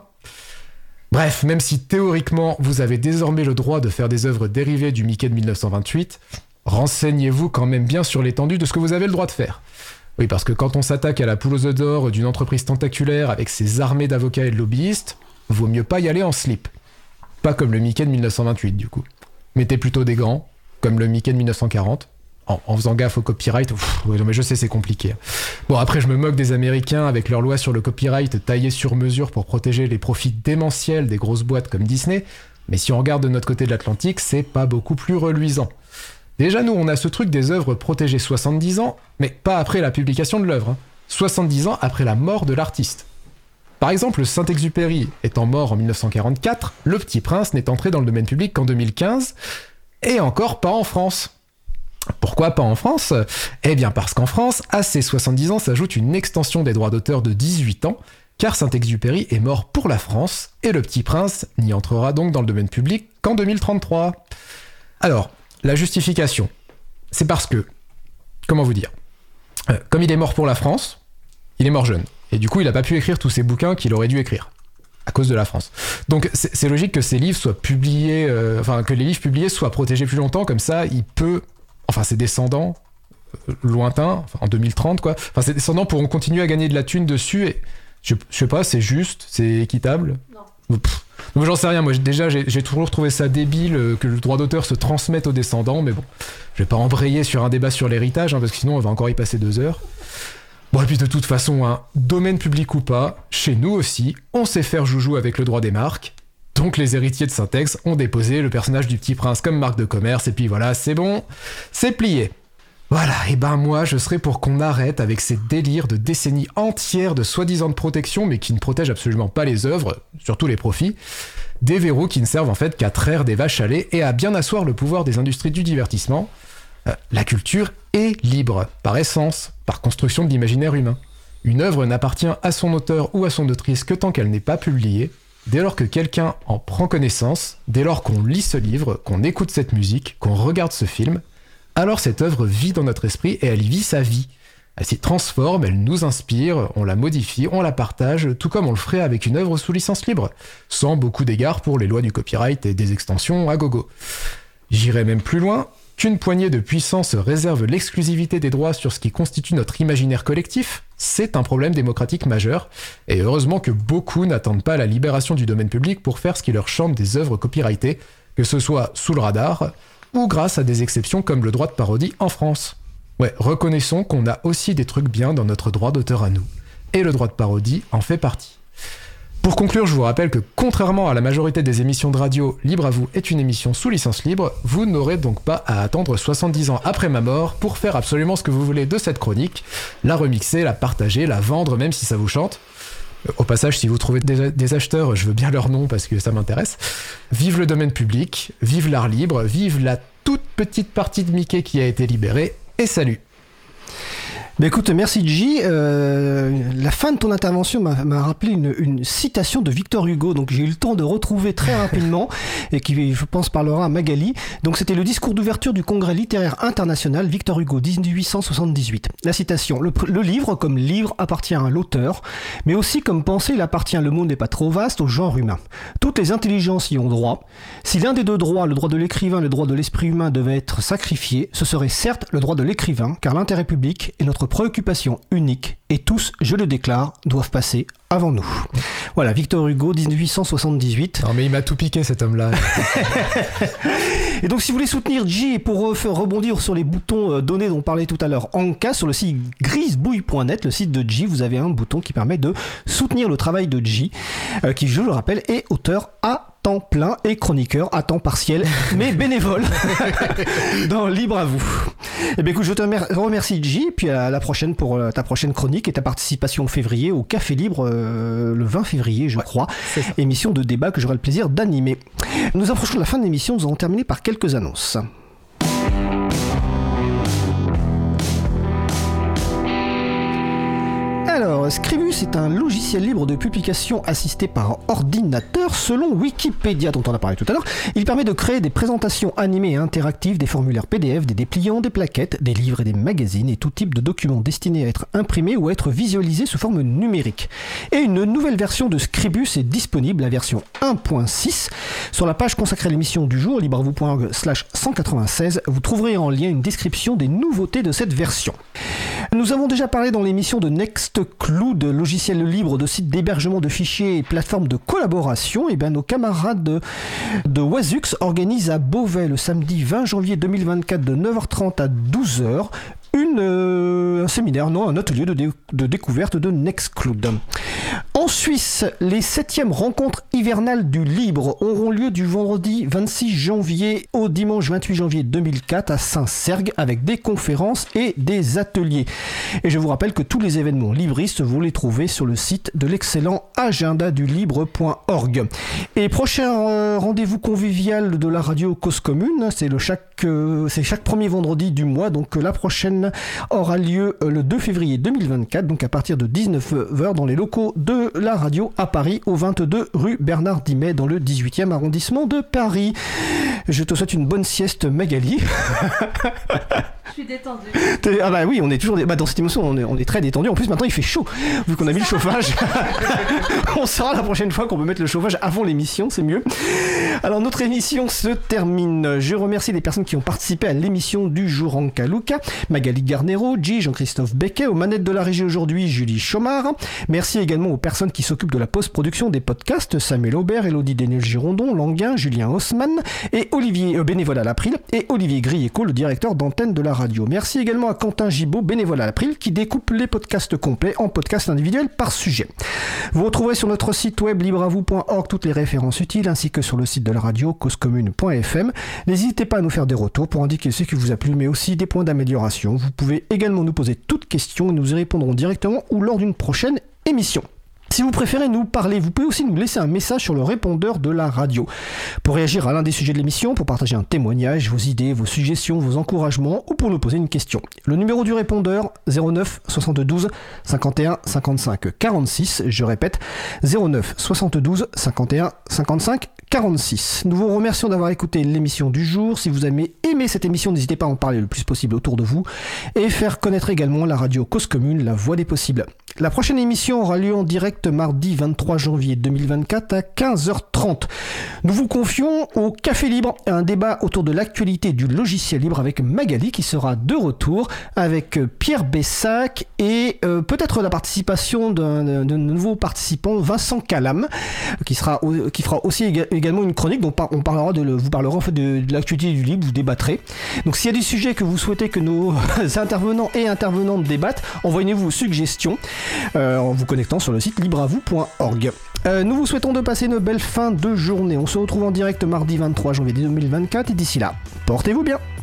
Bref, même si théoriquement vous avez désormais le droit de faire des œuvres dérivées du Mickey de mille neuf cent vingt-huit, renseignez-vous quand même bien sur l'étendue de ce que vous avez le droit de faire. Oui, parce que quand on s'attaque à la poule aux œufs d'or d'une entreprise tentaculaire avec ses armées d'avocats et de lobbyistes, vaut mieux pas y aller en slip. Pas comme le Mickey de mille neuf cent vingt-huit, du coup. Mettez plutôt des gants, comme le Mickey de mille neuf cent quarante, en, en faisant gaffe au copyright. Pff, ouais, non mais je sais, c'est compliqué. Bon, après, je me moque des Américains avec leur loi sur le copyright taillée sur mesure pour protéger les profits démentiels des grosses boîtes comme Disney, mais si on regarde de notre côté de l'Atlantique, c'est pas beaucoup plus reluisant. Déjà, nous, on a ce truc des œuvres protégées soixante-dix ans, mais pas après la publication de l'œuvre. Hein. soixante-dix ans après la mort de l'artiste. Par exemple, Saint-Exupéry étant mort en mille neuf cent quarante-quatre, Le Petit Prince n'est entré dans le domaine public qu'en deux mille quinze, et encore pas en France. Pourquoi pas en France ? Eh bien parce qu'en France, à ces soixante-dix ans s'ajoute une extension des droits d'auteur de dix-huit ans, car Saint-Exupéry est mort pour la France, et Le Petit Prince n'y entrera donc dans le domaine public qu'en deux mille trente-trois. Alors, la justification, c'est parce que, comment vous dire, euh, comme il est mort pour la France, il est mort jeune, et du coup il n'a pas pu écrire tous ces bouquins qu'il aurait dû écrire, à cause de la France. Donc c'est, c'est logique que ces livres soient publiés, euh, enfin que les livres publiés soient protégés plus longtemps, comme ça il peut... Enfin, ses descendants, euh, lointains, enfin, en deux mille trente, quoi. Enfin, ses descendants pourront continuer à gagner de la thune dessus et... Je, je sais pas, c'est juste, c'est équitable ? Non. Pff, donc j'en sais rien, moi déjà j'ai, j'ai toujours trouvé ça débile euh, que le droit d'auteur se transmette aux descendants, mais bon, je vais pas embrayer sur un débat sur l'héritage, hein, parce que sinon on va encore y passer deux heures. Bon, et puis de toute façon, hein, domaine public ou pas, chez nous aussi, on sait faire joujou avec le droit des marques. Donc les héritiers de Saint-Ex ont déposé le personnage du Petit Prince comme marque de commerce, et puis voilà, c'est bon, c'est plié. Voilà, et ben moi je serais pour qu'on arrête avec ces délires de décennies entières de soi-disant de protection, mais qui ne protègent absolument pas les œuvres, surtout les profits, des verrous qui ne servent en fait qu'à traire des vaches à lait et à bien asseoir le pouvoir des industries du divertissement. Euh, la culture est libre, par essence, par construction de l'imaginaire humain. Une œuvre n'appartient à son auteur ou à son autrice que tant qu'elle n'est pas publiée. Dès lors que quelqu'un en prend connaissance, dès lors qu'on lit ce livre, qu'on écoute cette musique, qu'on regarde ce film, alors cette œuvre vit dans notre esprit et elle vit sa vie. Elle s'y transforme, elle nous inspire, on la modifie, on la partage, tout comme on le ferait avec une œuvre sous licence libre, sans beaucoup d'égards pour les lois du copyright et des extensions à gogo. J'irais même plus loin, qu'une poignée de puissance réserve l'exclusivité des droits sur ce qui constitue notre imaginaire collectif, c'est un problème démocratique majeur, et heureusement que beaucoup n'attendent pas la libération du domaine public pour faire ce qui leur chante des œuvres copyrightées, que ce soit sous le radar, ou grâce à des exceptions comme le droit de parodie en France. Ouais, reconnaissons qu'on a aussi des trucs bien dans notre droit d'auteur à nous, et le droit de parodie en fait partie. Pour conclure, je vous rappelle que contrairement à la majorité des émissions de radio, Libre à vous est une émission sous licence libre, vous n'aurez donc pas à attendre soixante-dix ans après ma mort pour faire absolument ce que vous voulez de cette chronique, la remixer, la partager, la vendre même si ça vous chante. Au passage, si vous trouvez des, des acheteurs, je veux bien leur nom parce que ça m'intéresse. Vive le domaine public, vive l'art libre, vive la toute petite partie de Mickey qui a été libérée, et salut. Bah écoute, merci J. Euh, la fin de ton intervention m'a, m'a rappelé une, une citation de Victor Hugo, donc j'ai eu le temps de retrouver très rapidement et qui, je pense, parlera à Magali. Donc c'était le discours d'ouverture du Congrès littéraire international Victor Hugo, dix-huit cent soixante-dix-huit. La citation: le, le livre comme livre appartient à l'auteur, mais aussi comme pensée il appartient, le monde n'est pas trop vaste, au genre humain. Toutes les intelligences y ont droit. Si l'un des deux droits, le droit de l'écrivain, le droit de l'esprit humain, devait être sacrifié, ce serait certes le droit de l'écrivain, car l'intérêt public est notre préoccupation unique, et tous, je le déclare, doivent passer avant nous. Voilà, Victor Hugo, dix-huit cent soixante-dix-huit. Non mais il m'a tout piqué cet homme-là. Et donc si vous voulez soutenir J et pour re- rebondir sur les boutons donnés dont on parlait tout à l'heure en cas, sur le site grisebouille point net, le site de J, vous avez un bouton qui permet de soutenir le travail de J, euh, qui, je le rappelle, est auteur à temps plein et chroniqueur à temps partiel, mais bénévole dans Libre à vous. Eh bien écoute, je te remercie J, puis à la prochaine pour ta prochaine chronique et ta participation en février au Café Libre, euh, le vingt février je ouais, crois, émission de débat que j'aurai le plaisir d'animer. Nous approchons de la fin de l'émission, nous allons terminer par quelques annonces. Alors, Scribus est un logiciel libre de publication assisté par ordinateur selon Wikipédia, dont on a parlé tout à l'heure. Il permet de créer des présentations animées et interactives, des formulaires P D F, des dépliants, des plaquettes, des livres et des magazines et tout type de documents destinés à être imprimés ou à être visualisés sous forme numérique. Et une nouvelle version de Scribus est disponible, la version un point six. Sur la page consacrée à l'émission du jour, libravou point org slash cent quatre-vingt-seize, vous trouverez en lien une description des nouveautés de cette version. Nous avons déjà parlé dans l'émission de Nextcloud, logiciel libre de site d'hébergement de fichiers et plateforme de collaboration. Et bien nos camarades de, de Wazux organisent à Beauvais le samedi vingt janvier deux mille vingt-quatre de neuf heures trente à douze heures une, euh, un séminaire, non, un atelier de, dé, de découverte de Nextcloud. En Suisse, les septièmes rencontres hivernales du libre auront lieu du vendredi vingt-six janvier au dimanche vingt-huit janvier deux mille quatre à Saint-Sergue avec des conférences et des ateliers. Et je vous rappelle que tous les événements libristes, vous les trouvez sur le site de l'excellent agenda du libre point org. Et prochain euh, rendez-vous convivial de la radio Cause Commune, c'est, le chaque, euh, c'est chaque premier vendredi du mois, donc euh, la prochaine aura lieu euh, le deux février deux mille vingt-quatre, donc à partir de dix-neuf heures dans les locaux de la radio à Paris, au vingt-deux rue Bernard Dimet, dans le dix-huitième arrondissement de Paris. Je te souhaite une bonne sieste, Magali. Je suis détendue. Ah bah oui, on est toujours... Dé... Bah dans cette émission, on est, on est très détendu. En plus, maintenant, il fait chaud, vu qu'on a mis le chauffage. On saura la prochaine fois qu'on peut mettre le chauffage avant l'émission, c'est mieux. Alors, notre émission se termine. Je remercie les personnes qui ont participé à l'émission du jour en Kaluka. Magali Garnero, J, Jean-Christophe Becquet, aux manettes de la régie aujourd'hui, Julie Chomard. Merci également aux personnes qui s'occupent de la post-production des podcasts, Samuel Aubert, Elodie Dénel-Girondon, Languin, Julien Haussmann et Olivier, euh, bénévole à l'April, et Olivier Grieco, le directeur d'antenne de la radio. Merci également à Quentin Gibaud, bénévole à l'April, qui découpe les podcasts complets en podcasts individuels par sujet. Vous retrouverez sur notre site web libravou point org toutes les références utiles, ainsi que sur le site de la radio causecommune point f m. N'hésitez pas à nous faire des retours pour indiquer ce qui vous a plu, mais aussi des points d'amélioration. Vous pouvez également nous poser toutes questions et nous y répondrons directement ou lors d'une prochaine émission. Si vous préférez nous parler, vous pouvez aussi nous laisser un message sur le répondeur de la radio. Pour réagir à l'un des sujets de l'émission, pour partager un témoignage, vos idées, vos suggestions, vos encouragements, ou pour nous poser une question. Le numéro du répondeur, zéro neuf soixante-douze cinquante et un cinquante-cinq quarante-six, je répète, zéro neuf soixante-douze cinquante et un cinquante-cinq quarante-six. Nous vous remercions d'avoir écouté l'émission du jour. Si vous avez aimé cette émission, n'hésitez pas à en parler le plus possible autour de vous et faire connaître également la radio Cause Commune, la voix des possibles. La prochaine émission aura lieu en direct mardi vingt-trois janvier deux mille vingt-quatre à quinze heures trente. Nous vous confions au Café Libre un débat autour de l'actualité du logiciel libre avec Magali qui sera de retour avec Pierre Bessac et euh, peut-être la participation d'un, d'un nouveau participant, Vincent Calam, qui, sera, qui fera aussi également une chronique dont on parlera de, vous parlera en fait de, de l'actualité du libre, vous débattrez. Donc s'il y a des sujets que vous souhaitez que nos intervenants et intervenantes débattent, envoyez-nous vos suggestions euh, en vous connectant sur le site libravou point org. Euh, nous vous souhaitons de passer une belle fin de journée. On se retrouve en direct mardi vingt-trois janvier deux mille vingt-quatre et d'ici là, portez-vous bien.